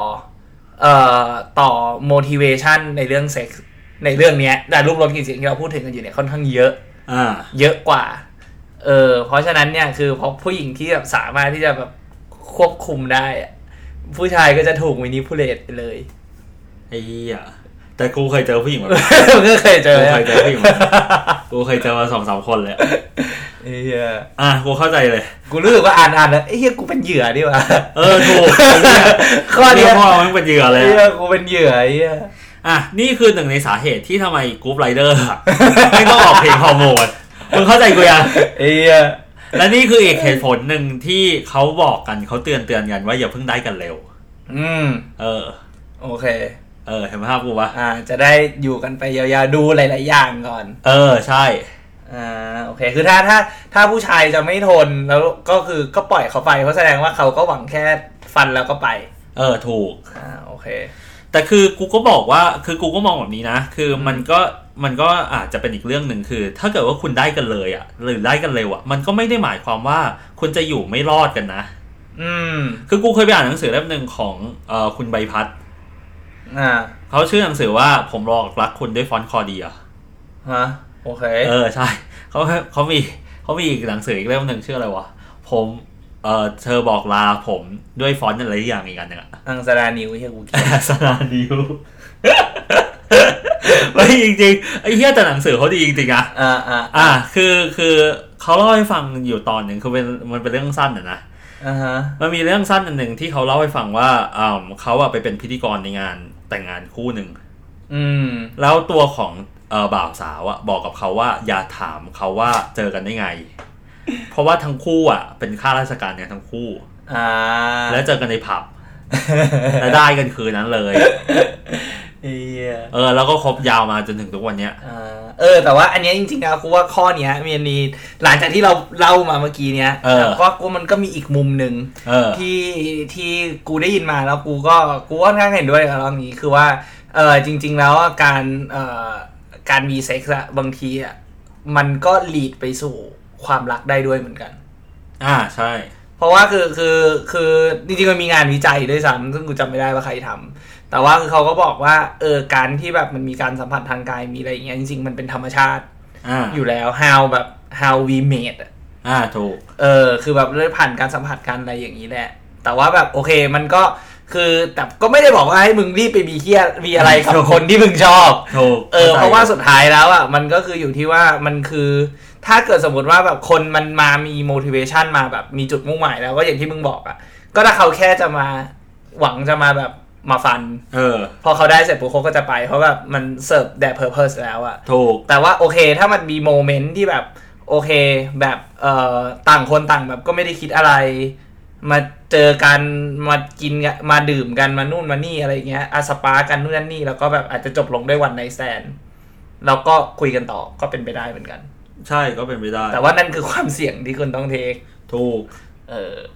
ต่อ motivation ในเรื่องเซ็กส์ในเรื่องนี้แต่รูปรสกลิ่นเสียงที่เราพูดถึงกันอยู่เนี่ยค่อนข้างเยอะเยอะกว่าเพราะฉะนั้นเนี่ยคือพอผู้หญิงที่แบบสามารถที่จะแบบควบคุมได้ผู้ชายก็จะถูกmanipulateไปเลยไอ้เหี้ยแต่กูเคยเจอผู้หญิงแบบก็เคยเจอผู้หญิงกูเคยเจอมา 2-3 คนเลยไอ้เหี้ยกูเข้าใจเลยกูรู้สึกว่าอ่านแล้วไอ้เหี้ยกูเป็นเหยื่อดิวะถูกข้อนี้พ่อมันเป็นเหยื่อเลยกูเป็นเหยื่อไอ้เหี้ยนี่คือหนึ่งในสาเหตุที่ทำไมกรุ๊ปไรเดอร์ไม่ต้องออกเพลงฮอร์โมนมึงเข้าใจกูยังไอ้เหี้ยและนี่คืออีกเหตุผลหนึ่งที่เขาบอกกันเขาเตือนกันว่าอย่าเพิ่งได้กันเร็วโอเคเห็นภาพกูปะจะได้อยู่กันไปยาวๆดูหลายๆอย่างก่อนใช่โอเคคือถ้าผู้ชายจะไม่ทนแล้วก็คือก็ปล่อยเขาไปเพราะแสดงว่าเขาก็หวังแค่ฟันแล้วก็ไปถูกโอเคแต่คือกูก็บอกว่าคือกูก็มองแบบนี้นะคือมันก็อาจจะเป็นอีกเรื่องหนึ่งคือถ้าเกิดว่าคุณได้กันเลยหรือได้กันเร็วมันก็ไม่ได้หมายความว่าคุณจะอยู่ไม่รอดกันนะคือกูเคยไปอ่านหนังสือเล่มนึงของคุณใบพัดเขาชื่อหนังสือว่าผมรอรักคุณด้วยฟอนต์คอร์เดียโอเคใช่เขามีอีกหนังสืออีกเล่มนึงชื่ออะไรวะผมเธอบอกลาผมด้วยฟอนต์อะไรอย่างอีกอันนึงอังสรานิวเฮียกูอังสรานิวไม่จริงๆไอ้เฮียแต่หนังสือเขาดีจริงๆคือเขาเล่าให้ฟังอยู่ตอนหนึ่งคือมันเป็นเรื่องสั้นนะมันมีเรื่องสั้นอันหนึ่งที่เขาเล่าให้ฟังว่าเขาไปเป็นพิธีกรในงานแต่งงานคู่หนึ่งแล้วตัวของบ่าวสาวบอกกับเขาว่าอย่าถามเขาว่าเจอกันได้ไงเพราะว่าทั้งคู่เป็นข้าราชการเนี่ยทั้งคู่แล้วเจอกันในผับแล้วได้กันคืนนั้นเลยแล้วก็คบยาวมาจนถึงทุกวันเนี้ยแต่ว่าอันนี้จริงๆนะกูว่าข้อเนี้ยมีหลังจากที่เราเล่ามาเมื่อกี้เนี้ยก็กูมันก็มีอีกมุมนึงที่กูได้ยินมาแล้วกูค่อนข้างเห็นด้วยกับเรื่องนี้คือว่าจริงๆแล้วการมีเซ็กซ์บางทีมันก็ลีดไปสู่ความรักได้ด้วยเหมือนกันใช่เพราะว่าคือจริงๆมันมีงานวิจัยด้วยซ้ำซึ่งกูจำไม่ได้ว่าใครทำแต่ว่าคือเขาก็บอกว่าการที่แบบมันมีการสัมผัสทางกายมีอะไรอย่างเงี้ยจริงๆมันเป็นธรรมชาติอยู่แล้ว how we made ถูกคือแบบเรื่องผ่านการสัมผัสกันอะไรอย่างนี้แหละแต่ว่าแบบโอเคมันก็คือแต่ก็ไม่ได้บอกว่าให้มึงรีบไปมีอะไรกับคนที่มึงชอบเพราะว่าสุดท้ายแล้วมันก็คืออยู่ที่ว่ามันคือถ้าเกิดสมมติว่าแบบคนมันมามี motivation มาแบบมีจุดมุ่งหมายแล้วก็อย่างที่มึงบอกก็ถ้าเขาแค่จะมาหวังจะมาแบบมาฟันพอเขาได้เสร็จปุ๊บเขาก็จะไปเพราะแบบมันเสิร์ฟ their purpose แล้วถูกแต่ว่าโอเคถ้ามันมีโมเมนต์ที่แบบโอเคแบบต่างคนต่างแบบก็ไม่ได้คิดอะไรมาเจอกันมากินมาดื่มกันมานู่นมานี่อะไรเงี้ยสปากันนู่นนั่นนี่แล้วก็แบบอาจจะจบลงด้วยวันไนท์สแตนด์แล้วก็คุยกันต่อก็เป็นไปได้เหมือนกันใช่ก็เป็นไปได้แต่ว่านั่นคือความเสี่ยงที่คุณต้องเทคถูก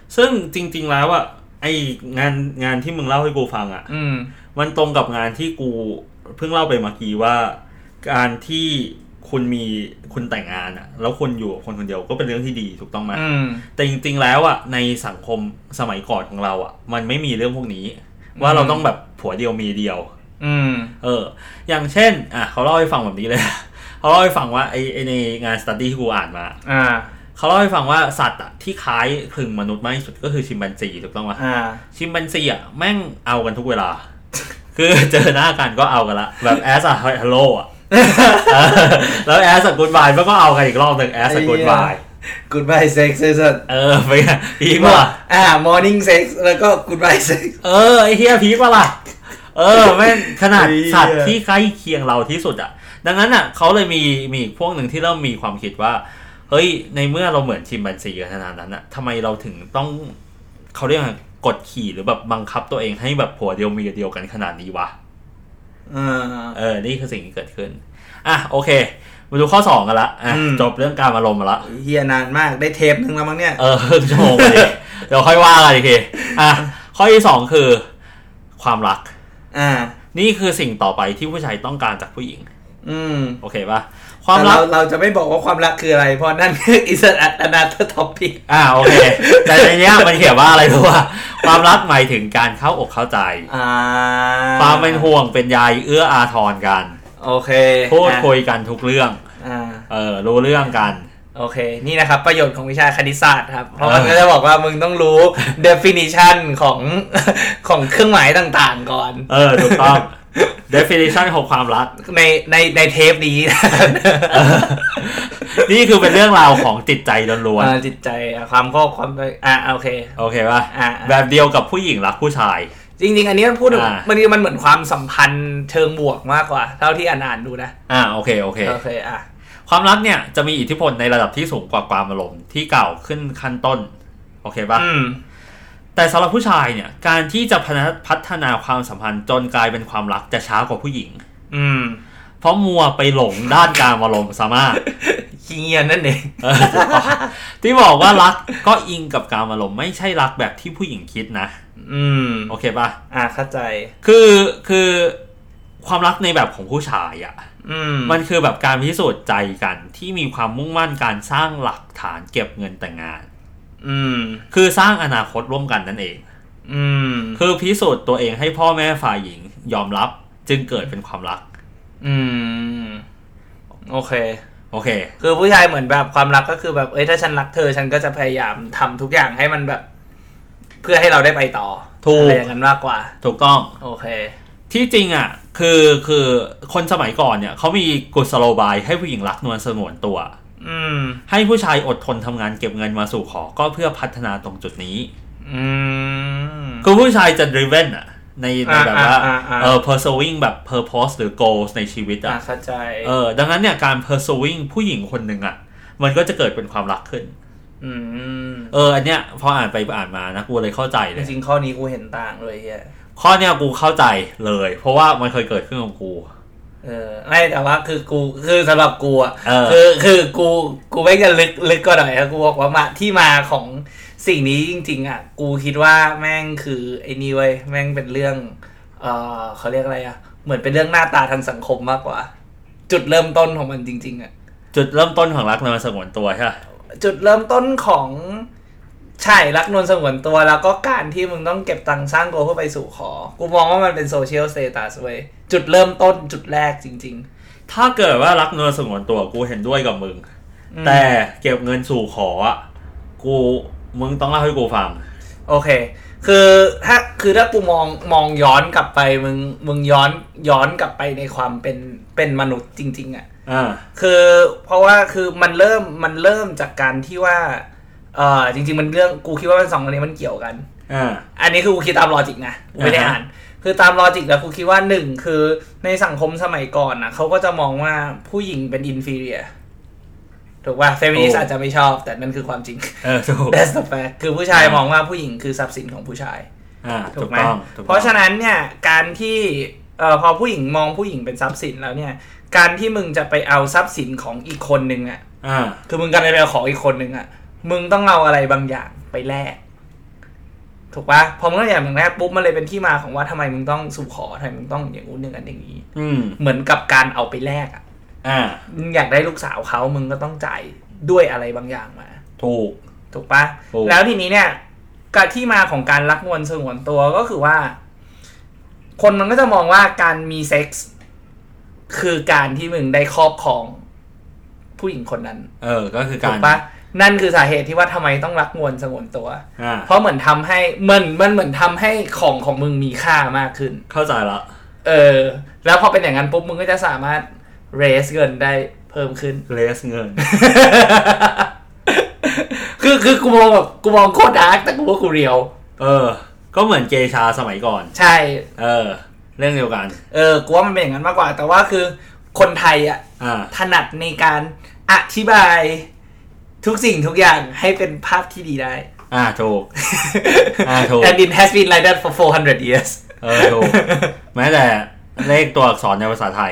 ซึ่งจริงๆแล้วอ่ะไองานที่มึงเล่าให้กูฟังอ่ะมันตรงกับงานที่กูเพิ่งเล่าไปเมื่อกี้ว่าการที่คุณแต่งงานอ่ะแล้วคุณอยู่คนคนเดียวก็เป็นเรื่องที่ดีถูกต้องไหมแต่จริงๆแล้วอ่ะในสังคมสมัยก่อนของเราอ่ะมันไม่มีเรื่องพวกนี้ว่าเราต้องแบบผัวเดียวเมียเดียวอย่างเช่นเขาเล่าให้ฟังแบบนี้เลยเขาเล่าให้ฟังว่าไอในงานสตั๊ดดี้ที่กูอ่านมาเขาเล่าให้ฟังว่าสัตว์อะที่คล้ายคลึงมนุษย์มากที่สุดก็คือชิมแปนซีถูกต้องไหมชิมแปนซีอ่ะแม่งเอากันทุกเวลาคือเจอหน้ากันก็เอากันละแบบแอสอะฮัลโหลอ่ะแล้วแอสอะกูดบายมันก็เอากันอีกรอบนึงแอสอะกูดบาย Goodbye sex ไปไงพีกว่า morning sex แล้วก็ Goodbye sex ไอ้เฮียพีกว่าล่ะแม่งขนาดสัตว์ที่ใกล้เคียงเราที่สุดอ่ะดังนั้นอ่ะเขาเลยมีพวกหนึ่งที่เริ่มมีความคิดว่าเฮ้ยในเมื่อเราเหมือนชิมแปนซีกันขนาดนั้นอ่ะทำไมเราถึงต้องเขาเรียกว่ากดขี่หรือแบบบังคับตัวเองให้แบบผัวเดียวเมียเดียวกันขนาดนี้วะนี่คือสิ่งที่เกิดขึ้นโอเคมาดูข้อ2กันละจบเรื่องการอารมณ์มาละเฮียนานมากได้เทปนึงแล้วมั้งเนี่ยชั่วโมงไปเดี๋ยวค่อยว่ากันอีกทีข้อที่2คือความรักนี่คือสิ่งต่อไปที่ผู้ชายต้องการจากผู้หญิงโอเคป่ะความรักเราจะไม่บอกว่าความรักคืออะไรเพราะนั่นคือ is another topic โอเคแต่ในนี้มันเขียนว่าอะไรรู้ป่ะความรักหมายถึงการเข้าอกเข้าใจความเป็นห่วงเป็นใยเอื้ออาทรกันโอเคพูดคุยกันทุกเรื่องรู้เรื่องกันโอเคนี่นะครับประโยชน์ของวิชาคณิตศาสตร์ครับเพราะมันก็จะบอกว่ามึงต้องรู้ definition ของเครื่องหมายต่างๆก่อนถูกต้อง definition ของความรักในเทปนี้นี่คือเป็นเรื่องราวของจิตใจล้วนๆจิตใจความโอเคป่ะแบบเดียวกับผู้หญิงรักผู้ชายจริงๆอันนี้มันพูดมันเหมือนความสัมพันธ์เชิงบวกมากกว่าเท่าที่อ่านดูนะโอเคความรักเนี่ยจะมีอิทธิพลในระดับที่สูงกว่าความอารมณ์ที่กล่าวขึ้นขั้นต้นโอเคป่ะแต่สำหรับผู้ชายเนี่ยการที่จะพัฒนาความสัมพันธ์จนกลายเป็นความรักจะช้ากว่าผู้หญิงเพราะมัวไปหลงด้านการอารมณ์ซะมากขี้เกียจนั่นเองที่บอกว่ารักก็อิงกับการอารมณ์ไม่ใช่รักแบบที่ผู้หญิงคิดนะโอเคป่ะเข้าใจคือความรักในแบบของผู้ชายอ่ะมันคือแบบการพิสูจน์ใจกันที่มีความมุ่งมั่นการสร้างหลักฐานเก็บเงินแต่งงานคือสร้างอนาคตร่วมกันนั่นเองคือพิสูจน์ตัวเองให้พ่อแม่ฝ่ายหญิงยอมรับจึงเกิดเป็นความรักโอเคคือผู้ชายเหมือนแบบความรักก็คือแบบถ้าฉันรักเธอฉันก็จะพยายามทำทุกอย่างให้มันแบบเพื่อให้เราได้ไปต่ออะไรอย่างนั้นมากกว่าถูกต้องโอเคที่จริงอ่ะคือคนสมัยก่อนเนี่ยเขามีกุศโลบายให้ผู้หญิงรักนวลสงวนตัวให้ผู้ชายอดทนทำงานเก็บเงินมาสู่ขอก็เพื่อพัฒนาตรงจุดนี้คือผู้ชายจะ driven อ่ะในแบบว่าpursuing แบบ purpose หรือ goals ในชีวิตเข้าใจดังนั้นเนี่ยการ pursuing ผู้หญิงคนหนึ่งอ่ะมันก็จะเกิดเป็นความรักขึ้นอันเนี้ยพออ่านไปอ่านมานะกูเลยเข้าใจเลยจริงๆข้อนี้กูเห็นต่างเลยเฮียข้อเนี้ยกูเข้าใจเลยเพราะว่ามันเคยเกิดขึ้นกับกูไม่แต่ว่าคือสำหรับกูอ่ะคือกูไม่จะลึกก็หน่อยนะกูบอกว่าที่มาของสิ่งนี้จริงๆอ่ะกูคิดว่าแม่งคือไอ้นี่เว้ยแม่งเป็นเรื่องเขาเรียกอะไรอ่ะเหมือนเป็นเรื่องหน้าตาทางสังคมมากกว่าจุดเริ่มต้นของมันจริงๆอ่ะจุดเริ่มต้นของรักนวลสงวนตัวใช่ป่ะจุดเริ่มต้นของใช่รักนวลสงวนตัวแล้วก็การที่มึงต้องเก็บตังค์สร้างตัวเพื่อไปสู่ขอกูมองว่ามันเป็นโซเชียลสเตตัสเว้ยจุดเริ่มต้นจุดแรกจริงๆถ้าเกิดว่ารักนวลสงวนตัวกูเห็นด้วยกับมึงแต่เก็บเงินสู่ขออ่ะมึงต้องเล่าให้กูฟังโอเคคือถ้ากูมองย้อนกลับไปมึงย้อนกลับไปในความเป็นมนุษย์จริงๆอ่ะคือเพราะว่าคือมันเริ่มจากการที่ว่าจริงๆมันเรื่องกูคิดว่ามันสองอันนี้มันเกี่ยวกันอันนี้คือกูคิดตามลอจิกนะไม่ได้อ่านคือตามลอจิกแล้วกูคิดว่า1คือในสังคมสมัยก่อนนะเขาก็จะมองว่าผู้หญิงเป็น inferior ถูกป่ะเฟมินิสต์อาจจะไม่ชอบแต่นั่นคือความจริงถูก that's the fact คือผู้ชายมองว่าผู้หญิงคือทรัพย์สินของผู้ชายถูกไหมเพราะฉะนั้นเนี่ยการที่พอผู้หญิงมองผู้หญิงเป็นทรัพย์สินแล้วเนี่ยการที่มึงจะไปเอาทรัพย์สินของอีกคนนึงอ่ะคือมึงกันไปเอาของอีกคนนึงอ่ะมึงต้องเอาอะไรบางอย่างไปแลกถูกปะพอมึงต้องอย่างแรกปุ๊บมันเลยเป็นที่มาของว่าทำไมมึงต้องสู่ขอทำไมมึงต้องอย่างงู้นอย่างนั้นอย่างนี้เหมือนกับการเอาไปแลกมึงอยากได้ลูกสาวเขามึงก็ต้องจ่ายด้วยอะไรบางอย่างมาถูกปะแล้วทีนี้เนี่ยการที่มาของการรักงวนสงวนตัวก็คือว่าคนมันก็จะมองว่าการมีเซ็กส์คือการที่มึงได้ครอบครองผู้หญิงคนนั้นก็คือการถูกปะนั่นคือสาเหตุที่ว่าทำไมต้องรักงวนสงวนตัวเพราะเหมือนทำให้มันเหมือนทำให้ของมึงมีค่ามากขึ้นเข้าใจละแล้วพอเป็นอย่างนั้นปุ๊บมึงก็จะสามารถเรสเงินได้เพิ่มขึ้นเรสเงินคือกูมองโคตรดาร์กแต่กูว่ากูเรียวก็เหมือนเกชาสมัยก่อนใช่เรื่องเดียวกันกูว่ามันเป็นอย่างนั้นมากกว่าแต่ว่าคือคนไทยถนัดในการอธิบายทุกสิ่งทุกอย่างให้เป็นภาพที่ดีได้ถูก and it has been like that for 400 years ถูกแม้แต่เลขตัวอักษรในภาษาไทย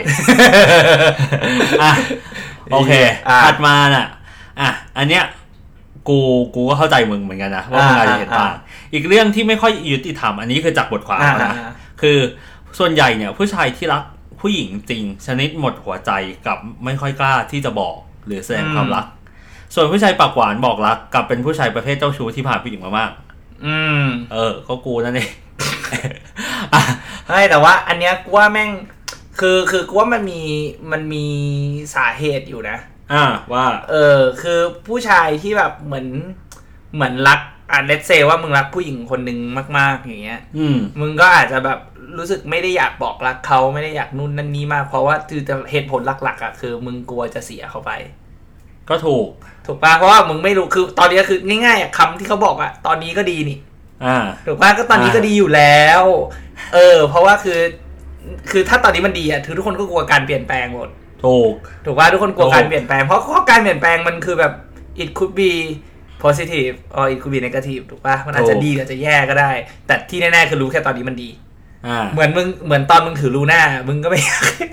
โอเคถัดมาน่ะอันเนี้ยกูก็เข้าใจมึงเหมือนกันนะว่ามึงอาจจะเห็นต่างอีกเรื่องที่ไม่ค่อยยุติธรรมอันนี้คือจากบทความนะคือส่วนใหญ่เนี่ยผู้ชายที่รักผู้หญิงจริงชนิดหมดหัวใจกับไม่ค่อยกล้าที่จะบอกหรือแสดงความรักส่วนผู้ชายปากหวานบอกรักกับเป็นผู้ชายประเภทเจ้าชู้ที่ผ่านผู้หญิงมามากก็กูนั่นเองใช่แต่ว่าอันเนี้ยกูว่าแม่งคือกูว่ามันมีสาเหตุอยู่นะว่าคือผู้ชายที่แบบเหมือนรักเลทเซว่ามึงรักผู้หญิงคนนึงมากๆอย่างเงี้ยมึงก็อาจจะแบบรู้สึกไม่ได้อยากบอกรักเขาไม่ได้อยากนู่นนั่นนี่มากเพราะว่าคือเหตุผลหลักๆคือมึงกลัวจะเสียเขาไปก็ถูกป่ะเพราะว่ามึงไม่รู้คือตอนนี้คือง่ายๆคำที่เขาบอกตอนนี้ก็ดีนี่ถูกป่ะก็ตอนนี้ก็ดีอยู่แล้วเพราะว่าคือถ้าตอนนี้มันดีทุกคนก็กลัวการเปลี่ยนแปลงหมดถูกป่ะทุกคนกลัวการเปลี่ยนแปลงเพราะการเปลี่ยนแปลงมันคือแบบ it could be positive or it could be negative ถูกป่ะมันอาจจะดีอาจจะแย่ก็ได้แต่ที่แน่ๆคือรู้แค่ตอนนี้มันดีเหมือนตอนมึงถือลูน่ามึงก็ไม่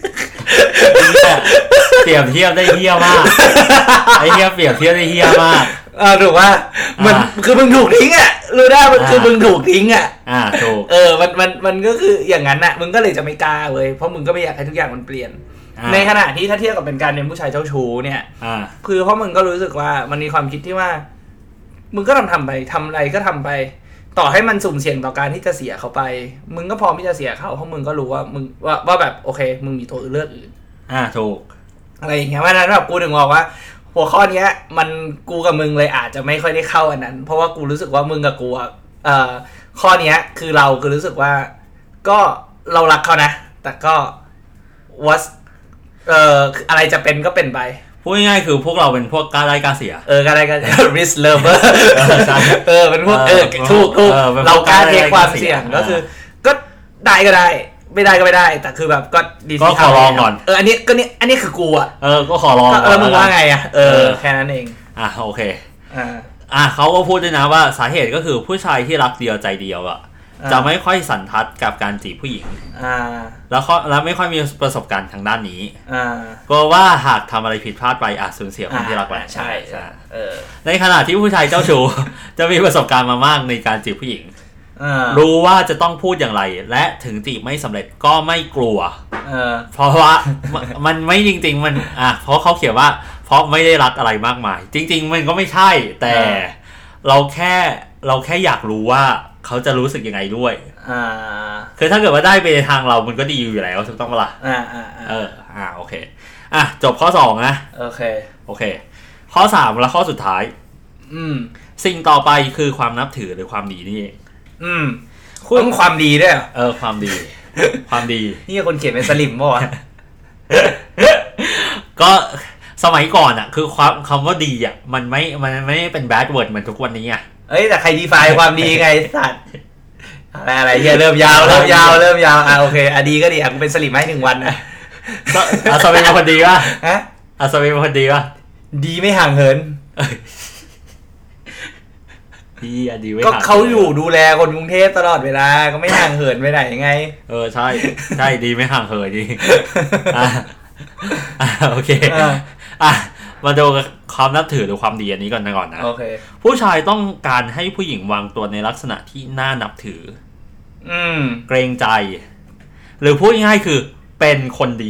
เปรียบเทียบได้เหี้ยมากไอ้เหี้ยเปรียบเทียบได้เหี้ยมากถูกว่ามันคือมึงถูกทิ้งลูน่ามันคือมึงถูกทิ้งถูกมันก็คืออย่างนั้นมึงก็เลยจะไม่กล้าเลยเพราะมึงก็ไม่อยากให้ทุกอย่างมันเปลี่ยนในขณะที่ถ้าเทียบกับเป็นการเป็นผู้ชายเจ้าชู้เนี่ยคือเพราะมึงก็รู้สึกว่ามันมีความคิดที่ว่ามึงก็ทำไปทำอะไรก็ทำไปต่อให้มันสุ่มเสี่ยงต่อการที่จะเสียเขาไปมึงก็พร้อมที่จะเสียเขาเพราะมึงก็รู้ว่ามึงว่าแบบโอเคมึงมีตัวเลือกอื่นถูกอะไรอย่างเงี้ยเพราะนั้นแบบกูถึงบอกว่าหัวข้อเนี้ยมันกูกับมึงเลยอาจจะไม่ค่อยได้เข้าอันนั้นเพราะว่ากูรู้สึกว่ามึงกับกูข้อเนี้ยคือเราคือรู้สึกว่าก็เรารักเขานะแต่ก็อะไรจะเป็นก็เป็นไปพูดง่ายๆคือพวกเราเป็นพวกกล้าได้กล้าเสียกล้าได้กล้า risk lover เป็นพวกถูกเรากล้าเทคความเสี่ยงก็คือก็ได้ก็ได้ไม่ได้ก็ไม่ได้แต่คือแบบก็ดีที่ขอลองก่อนอันนี้คือกูก็ขอลองแล้วมึงว่าไงแค่นั้นเองโอเคเขาก็พูดด้วยนะว่าสาเหตุก็คือผู้ชายที่รักเดียวใจเดียวจะไม่ค่อยสันทัดกับการจีบผู้หญิงแล้วไม่ค่อยมีประสบการณ์ทางด้านนี้ก็ว่าหากทำอะไรผิดพลาดไปสูญเสียคนที่รักไปใช่ในขณะที่ผู้ชายเจ้าชู้ จะมีประสบการณ์มามากในการจีบผู้หญิงรู้ว่าจะต้องพูดอย่างไรและถึงจีบไม่สำเร็จก็ไม่กลัวเพราะว่ามันไม่จริงๆมันเพราะเขาเขียนว่าเพราะไม่ได้รักอะไรมากมายจริงๆมันก็ไม่ใช่แต่เราแค่อยากรู้ว่าเขาจะรู้สึกยังไงด้วยคือถ้าเกิดว่าได้ไปในทางเรามันก็ดีอยู่แล้วถูกต้องปะล่ะโอเคจบข้อ2นะโอเคข้อ3และข้อสุดท้ายสิ่งต่อไปคือความนับถือหรือความดีนี่เองคุณความดีด้วยความดีความดีนี่คนเขียนเป็นสลิมป่ะวะก็สมัยก่อนคือคำว่าดีมันไม่เป็น bad word เหมือนทุกวันนี้แต่ใครดีไฟความดีไงสัตว์อะไรเหี้ยเริ่มยาวโอเคดีก็ดีกูเป็นสลิมให้1วันนะสมัยเป็นคนดีป่ะสมัยเป็นคนดีป่ะดีไม่ห่างเหินดีก็เขาอยู่ดูแลคนกรุงเทพตลอดเวลาก็ไม่ห่างเหินไปไหนไงใช่ดีไม่ห่างเหินจริงโอเคมาดูความนับถือหรือความดีอันนี้ก่อนนะโอเคผู้ชายต้องการให้ผู้หญิงวางตัวในลักษณะที่น่านับถือเกรงใจหรือพูดง่ายๆคือเป็นคนดี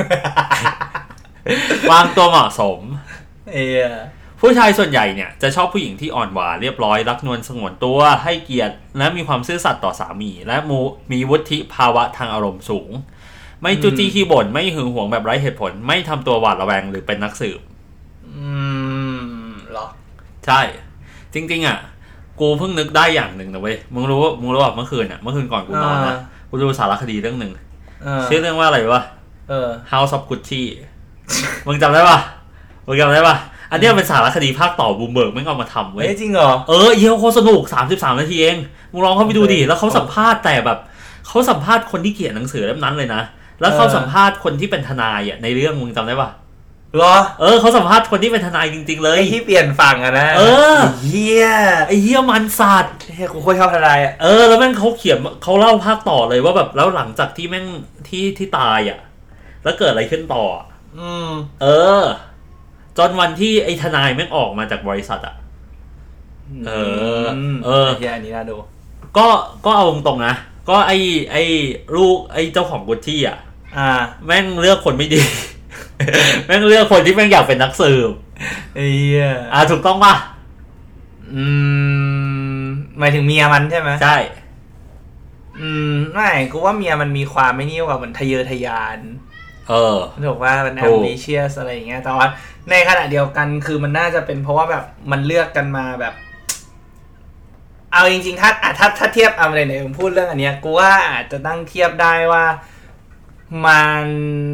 วางตัวเหมาะสมผู้ชายส่วนใหญ่เนี่ยจะชอบผู้หญิงที่อ่อนหวานเรียบร้อยรักนวลสงวนตัวให้เกียรติและมีความซื่อสัตย์ต่อสามีและมีวุฒิภาวะทางอารมณ์สูงไม่จุจี้ขี้บ่นไม่หึงหวงแบบไร้เหตุผลไม่ทำตัวหวาดระแวงหรือเป็นนักสืบหรอใช่จริงๆอ่ะกูเพิ่งนึกได้อย่างหนึ่งนะเว้ยมึงรู้ว่าเมื่อคืนก่อนกูนอนนะกูดูสารคดีเรื่องนึงชื่อเรื่องว่าอะไรวะHouse of Gucci มึงจำได้ปะอันนี้เป็นสารคดีภาคต่อบูมเบิร์กไม่เอามาทำเว้ยจริงเหรอเยี่ยมโคตรสนุก33นาทีเองมึงลองเข้าไปดูดิแล้วเขาสัมภาษณ์แต่แบบเขาสัมภาษณ์คนที่เขียนหนังสือเล่มนั้นเลยนะแล้วเขาสัมภาษณ์คนที่เป็นทนายอ่ะในเรื่องมึงจำได้ปะเหรอเขาสัมภาษณ์คนที่เป็นทนายจริงๆเลยไอ้ที่เปลี่ยนฝั่งอะนะเฮียมันสัตว์กูโคตรชอบทนายอ่ะแล้วแม่งเขาเขียนเขาเล่าภาคต่อเลยว่าแบบแล้วหลังจากที่แม่งที่ตายอ่ะแล้วเกิดอะไรขึ้นต่อจนวันที่ไอ้ทนายแม่งออกมาจากบริษัทอ่ะอันนี้น่าดูก็เอาตรงๆนะก็ไอ้ลูกไอ้เจ้าของกุชชี่อ่ะแม่งเลือกคนไม่ดี แม่งเลือกคนที่แม่งอยากเป็นนักสืบถูกต้องป่ะหมายถึงเมียมันใช่ไหมใช่ไม่กูว่าเมียมันมีความไม่นี่ว่ามันทะเยอทะยานถูกว่ามัน ambitious อะไรอย่างเงี้ยแต่ว่าในขณะเดียวกันคือมันน่าจะเป็นเพราะว่าแบบมันเลือกกันมาแบบเอาจริงๆถ้าเทียบเอาไหนๆผมพูดเรื่องอันเนี้ยกูว่าอาจจะตั้งเทียบได้ว่ามัน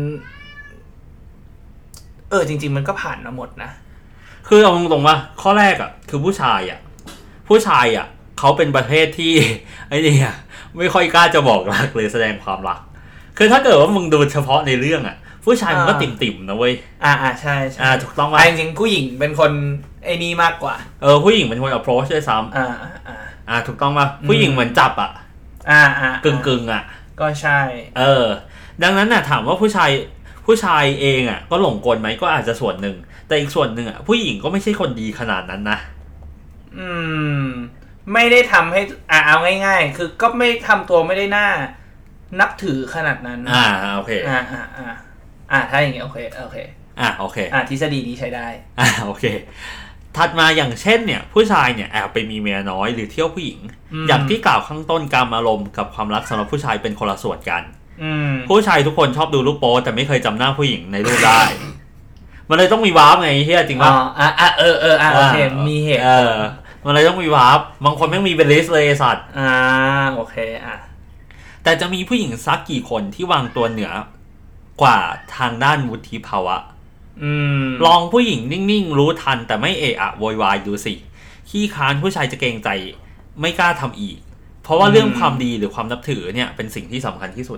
จริงๆมันก็ผ่านมาหมดนะคือเอาตรงๆว่าข้อแรกอ่ะคือผู้ชายอ่ะเขาเป็นประเภทที่ไอ้นี่อ่ะไม่ค่อยกล้าจะบอกรักหรือแสดงความรักคือถ้าเกิดว่ามึงดูเฉพาะในเรื่องอ่ะผู้ชายมันก็ติ่มๆนะเว้ยใช่ถูกต้องป่ะจริงๆผู้หญิงเป็นคนไอ้นี่มากกว่าผู้หญิงเป็นคน approach ด้วยซ้ำถูกต้องป่ะผู้หญิงเหมือนจับอ่ะกึ่งอ่ะก็ใช่ดังนั้นน่ะถามว่าผู้ชายเองอ่ะก็หลงกลไหมก็อาจจะส่วนหนึ่งแต่อีกส่วนหนึ่งอ่ะผู้หญิงก็ไม่ใช่คนดีขนาดนั้นนะไม่ได้ทำให้เอาง่ายๆคือก็ไม่ทำตัวไม่ได้น่านับถือขนาดนั้นโอเคถ้าอย่างงี้โอเคโอเคทฤษฎีนี้ใช้ได้โอเคถัดมาอย่างเช่นเนี่ยผู้ชายเนี่ยแอบไปมีเมียน้อยหรือเที่ยวผู้หญิงอย่างที่กล่าวข้างต้นกามอารมณ์กับความรักสำหรับผู้ชายเป็นคนละส่วนกันผู้ชายทุกคนชอบดูรูปโป๊แต่ไม่เคยจำหน้าผู้หญิงในรูปได้ มันเลยต้องมีวาร์ปไงเฮียจริงป่ะโอเคมีเหตุมันเลยต้องมีวาร์ปบางคนแม่งมีเป็นลิสต์เลยสัตว์โอเคแต่จะมีผู้หญิงสักกี่คนที่วางตัวเหนือกว่าทางด้านวุฒิภาวะลองผู้หญิงนิ่งๆรู้ทันแต่ไม่เอะอะโวยวายดูสิขี้ค้านผู้ชายจะเกรงใจไม่กล้าทำอีกเพราะว่าเรื่องความดีหรือความนับถือเนี่ยเป็นสิ่งที่สำคัญที่สุด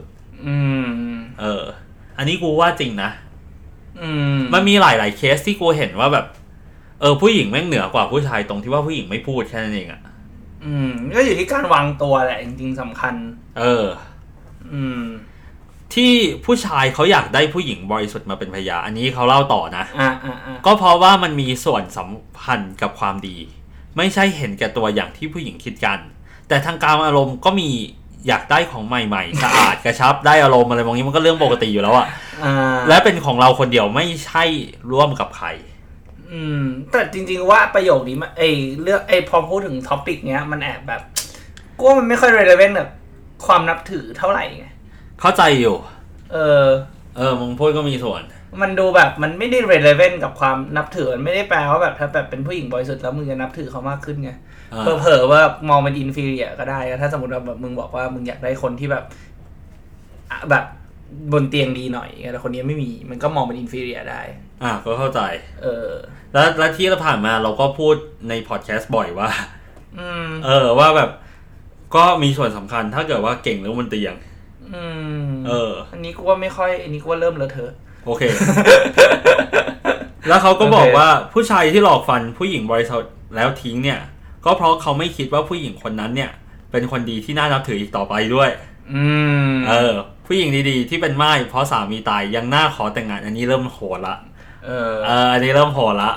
อันนี้กูว่าจริงนะมันมีหลายๆเคสที่กูเห็นว่าแบบผู้หญิงแม่งเหนือกว่าผู้ชายตรงที่ว่าผู้หญิงไม่พูดแค่นั้นเองอ่ะก็อยู่ที่การวางตัวแหละจริงๆสำคัญที่ผู้ชายเขาอยากได้ผู้หญิงบริสุทธิ์มาเป็นพยานอันนี้เขาเล่าต่อนะก็เพราะว่ามันมีส่วนสัมพันธ์กับความดีไม่ใช่เห็นแก่ตัวอย่างที่ผู้หญิงคิดกันแต่ทางการอารมณ์ก็มีอยากได้ของใหม่ๆสะอาดกระชับได้อารมณ์อะไรบางอย่างมันก็เรื่องปกติอยู่แล้วอ่ะและเป็นของเราคนเดียวไม่ใช่ร่วมกับใครแต่จริงๆว่าประโยคนี้เรื่องพอพูดถึงท็อปิกเนี้ยมันแอบแบบกูว่ามันไม่ค่อย relevant กับความนับถือเท่าไหร่ไงเข้าใจอยู่มึงพูดก็มีส่วนมันดูแบบมันไม่ได้ relevant กับความนับถือมันไม่ได้แปลว่าแบบถ้าแบบเป็นผู้หญิงบริสุทธิ์แล้วมึงจะนับถือเขามากขึ้นไงเผลอๆว่ามองเป็น inferior ก็ได้ถ้าสมมติว่าแบบมึงบอกว่ามึงอยากได้คนที่แบบบนเตียงดีหน่อยแต่คนนี้ไม่มีมันก็มองเป็น inferior ได้ก็เข้าใจแล้วที่เราผ่านมาเราก็พูดในพอดแคสต์บ่อยว่าว่าแบบก็มีส่วนสำคัญถ้าเกิดว่าเก่งหรือบนเตียงอันนี้กูว่าไม่ค่อยอันนี้กูว่าเริ่มเลอะเทอะโอเค แล้วเขาก็บอกว่าผู้ชายที่หลอกฟันผู้หญิงบริสุทธิ์แล้วทิ้งเนี่ยก็เพราะเขาไม่คิดว่าผู้หญิงคนนั้นเนี่ยเป็นคนดีที่น่านับถืออีกต่อไปด้วยผู้หญิงดีๆที่เป็นม่ายเพราะสามีตายยังน่าขอแต่งงานอันนี้เริ่มโหดละอันนี้เริ่มโหดละ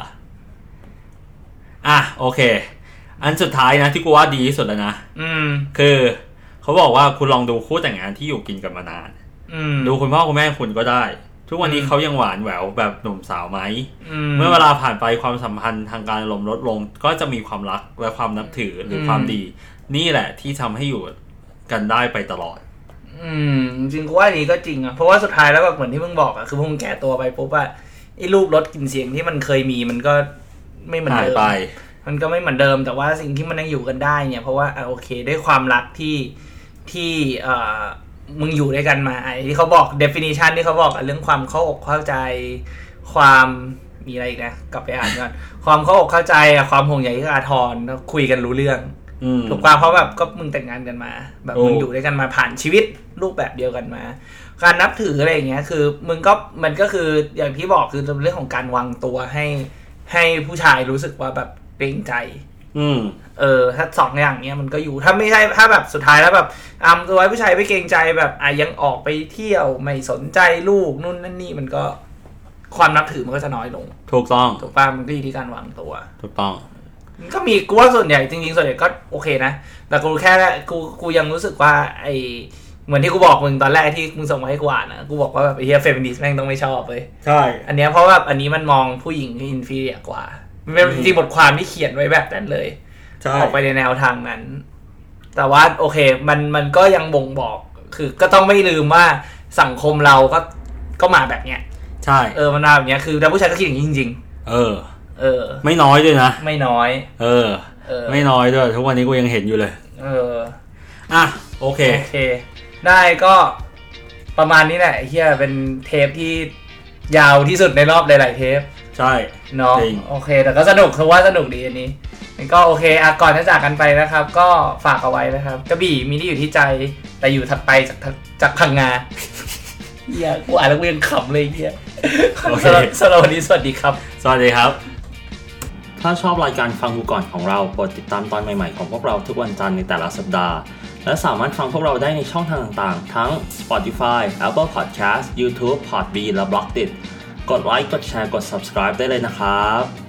โอเคอันสุดท้ายนะที่กูว่าดีที่สุดแล้วนะคือเขาบอกว่าคุณลองดูคู่แต่งงานที่อยู่กินกันมานานดูคุณพ่อคุณแม่คุณก็ได้ทุกวันนี้เขายังหวานแหววแบบหนุ่มสาวไหมเมื่อเวลาผ่านไปความสัมพันธ์ทางการอารมณ์ลดลงก็จะมีความรักและความนับถือหรือความดีนี่แหละที่ทำให้อยู่กันได้ไปตลอดจริงๆกูว่านี้ก็จริงอ่ะเพราะว่าสุดท้ายแล้วแบบเหมือนที่มึงบอกอ่ะคือมึงแก่ตัวไปปุ๊บอ่ะไอ้รูปรสกลิ่นเสียงที่มันเคยมีมันก็ไม่เหมือนเดิมมันก็ไม่เหมือนเดิมแต่ว่าสิ่งที่มันยังอยู่กันได้เนี่ยเพราะว่าโอเคด้วยความรักที่มึงอยู่ด้วยกันมาไอ้ที่เขาบอก definition ที่เขาบอกเรื่องความเข้าอกเข้าใจความมีอะไรอีกนะกลับไปอ่านก่อนความเข้าอกเข้าใจความห่วงใยที่อาทรคุยกันรู้เรื่องถูกป่ะเพราะแบบก็มึงแต่งงานกันมาแบบมึงอยู่ด้วยกันมาผ่านชีวิตรูปแบบเดียวกันมาการนับถืออะไรอย่างเงี้ยคือมันก็คืออย่างที่บอกคือเรื่องของการวางตัวให้ผู้ชายรู้สึกว่าแบบเกรงใจถ้าสองอย่างเนี้ยมันก็อยู่ถ้าไม่ใช่ถ้าแบบสุดท้ายแล้วแบบตัวผู้ชายไม่เกรงใจแบบยังออกไปเที่ยวไม่สนใจลูกนู่นนั่นนี่มันก็ความนับถือมันก็จะน้อยลงถูกต้องถูกป่ะมันก็อยู่ที่การวางตัวถูกต้องก็มีกูว่าส่วนใหญ่จริงๆส่วนใหญ่ก็โอเคนะแต่กูแค่กูยังรู้สึกว่าเหมือนที่กูบอกมึงตอนแรกที่มึงส่งมาให้กูอ่านนะกูบอกว่าแบบเฮียเฟมินิสต์แม่งต้องไม่ชอบเลยใช่อันเนี้ยเพราะว่าอันนี้มันมองผู้หญิงที่อินฟีเรียกว่าจริงๆบทความที่เขียนไว้แบบนั้นเลยออกไปในแนวทางนั้นแต่ว่าโอเคมันก็ยังบ่งบอกคือก็ต้องไม่ลืมว่าสังคมเราก็มาแบบเนี้ยใช่มันมาแบบเนี้ยคือแต่ผู้ชายก็คิดอย่างนี้จริงๆไม่น้อยด้วยนะไม่น้อยไม่น้อยด้วยทุกวันนี้กูยังเห็นอยู่เลยโอเคได้ก็ประมาณนี้แหละเฮียเป็นเทปที่ยาวที่สุดในรอบหลายๆเทปใช่เนาะโอเคแต่ก็สนุกเพราะว่าสนุกดีอันนี้ก็โอเคก่อนจะจากกันไปนะครับก็ฝากเอาไว้นะครับกระบี่มีที่อยู่ที่ใจแต่อยู่ถัดไปจากพังงาเฮียกูอ่านแล้วกูยังขำเลยเฮียโอเคสำหรับวันนี้สวัสดีครับสวัสดีครับถ้าชอบรายการฟังกูก่อนของเราโปรดติดตามตอนใหม่ๆของพวกเราทุกวันจันทร์ในแต่ละสัปดาห์และสามารถฟังพวกเราได้ในช่องทางต่างๆทั้ง Spotify, Apple Podcast, YouTube, Podbean และ Blogdit กดไลค์กดแชร์กด Subscribe ได้เลยนะครับ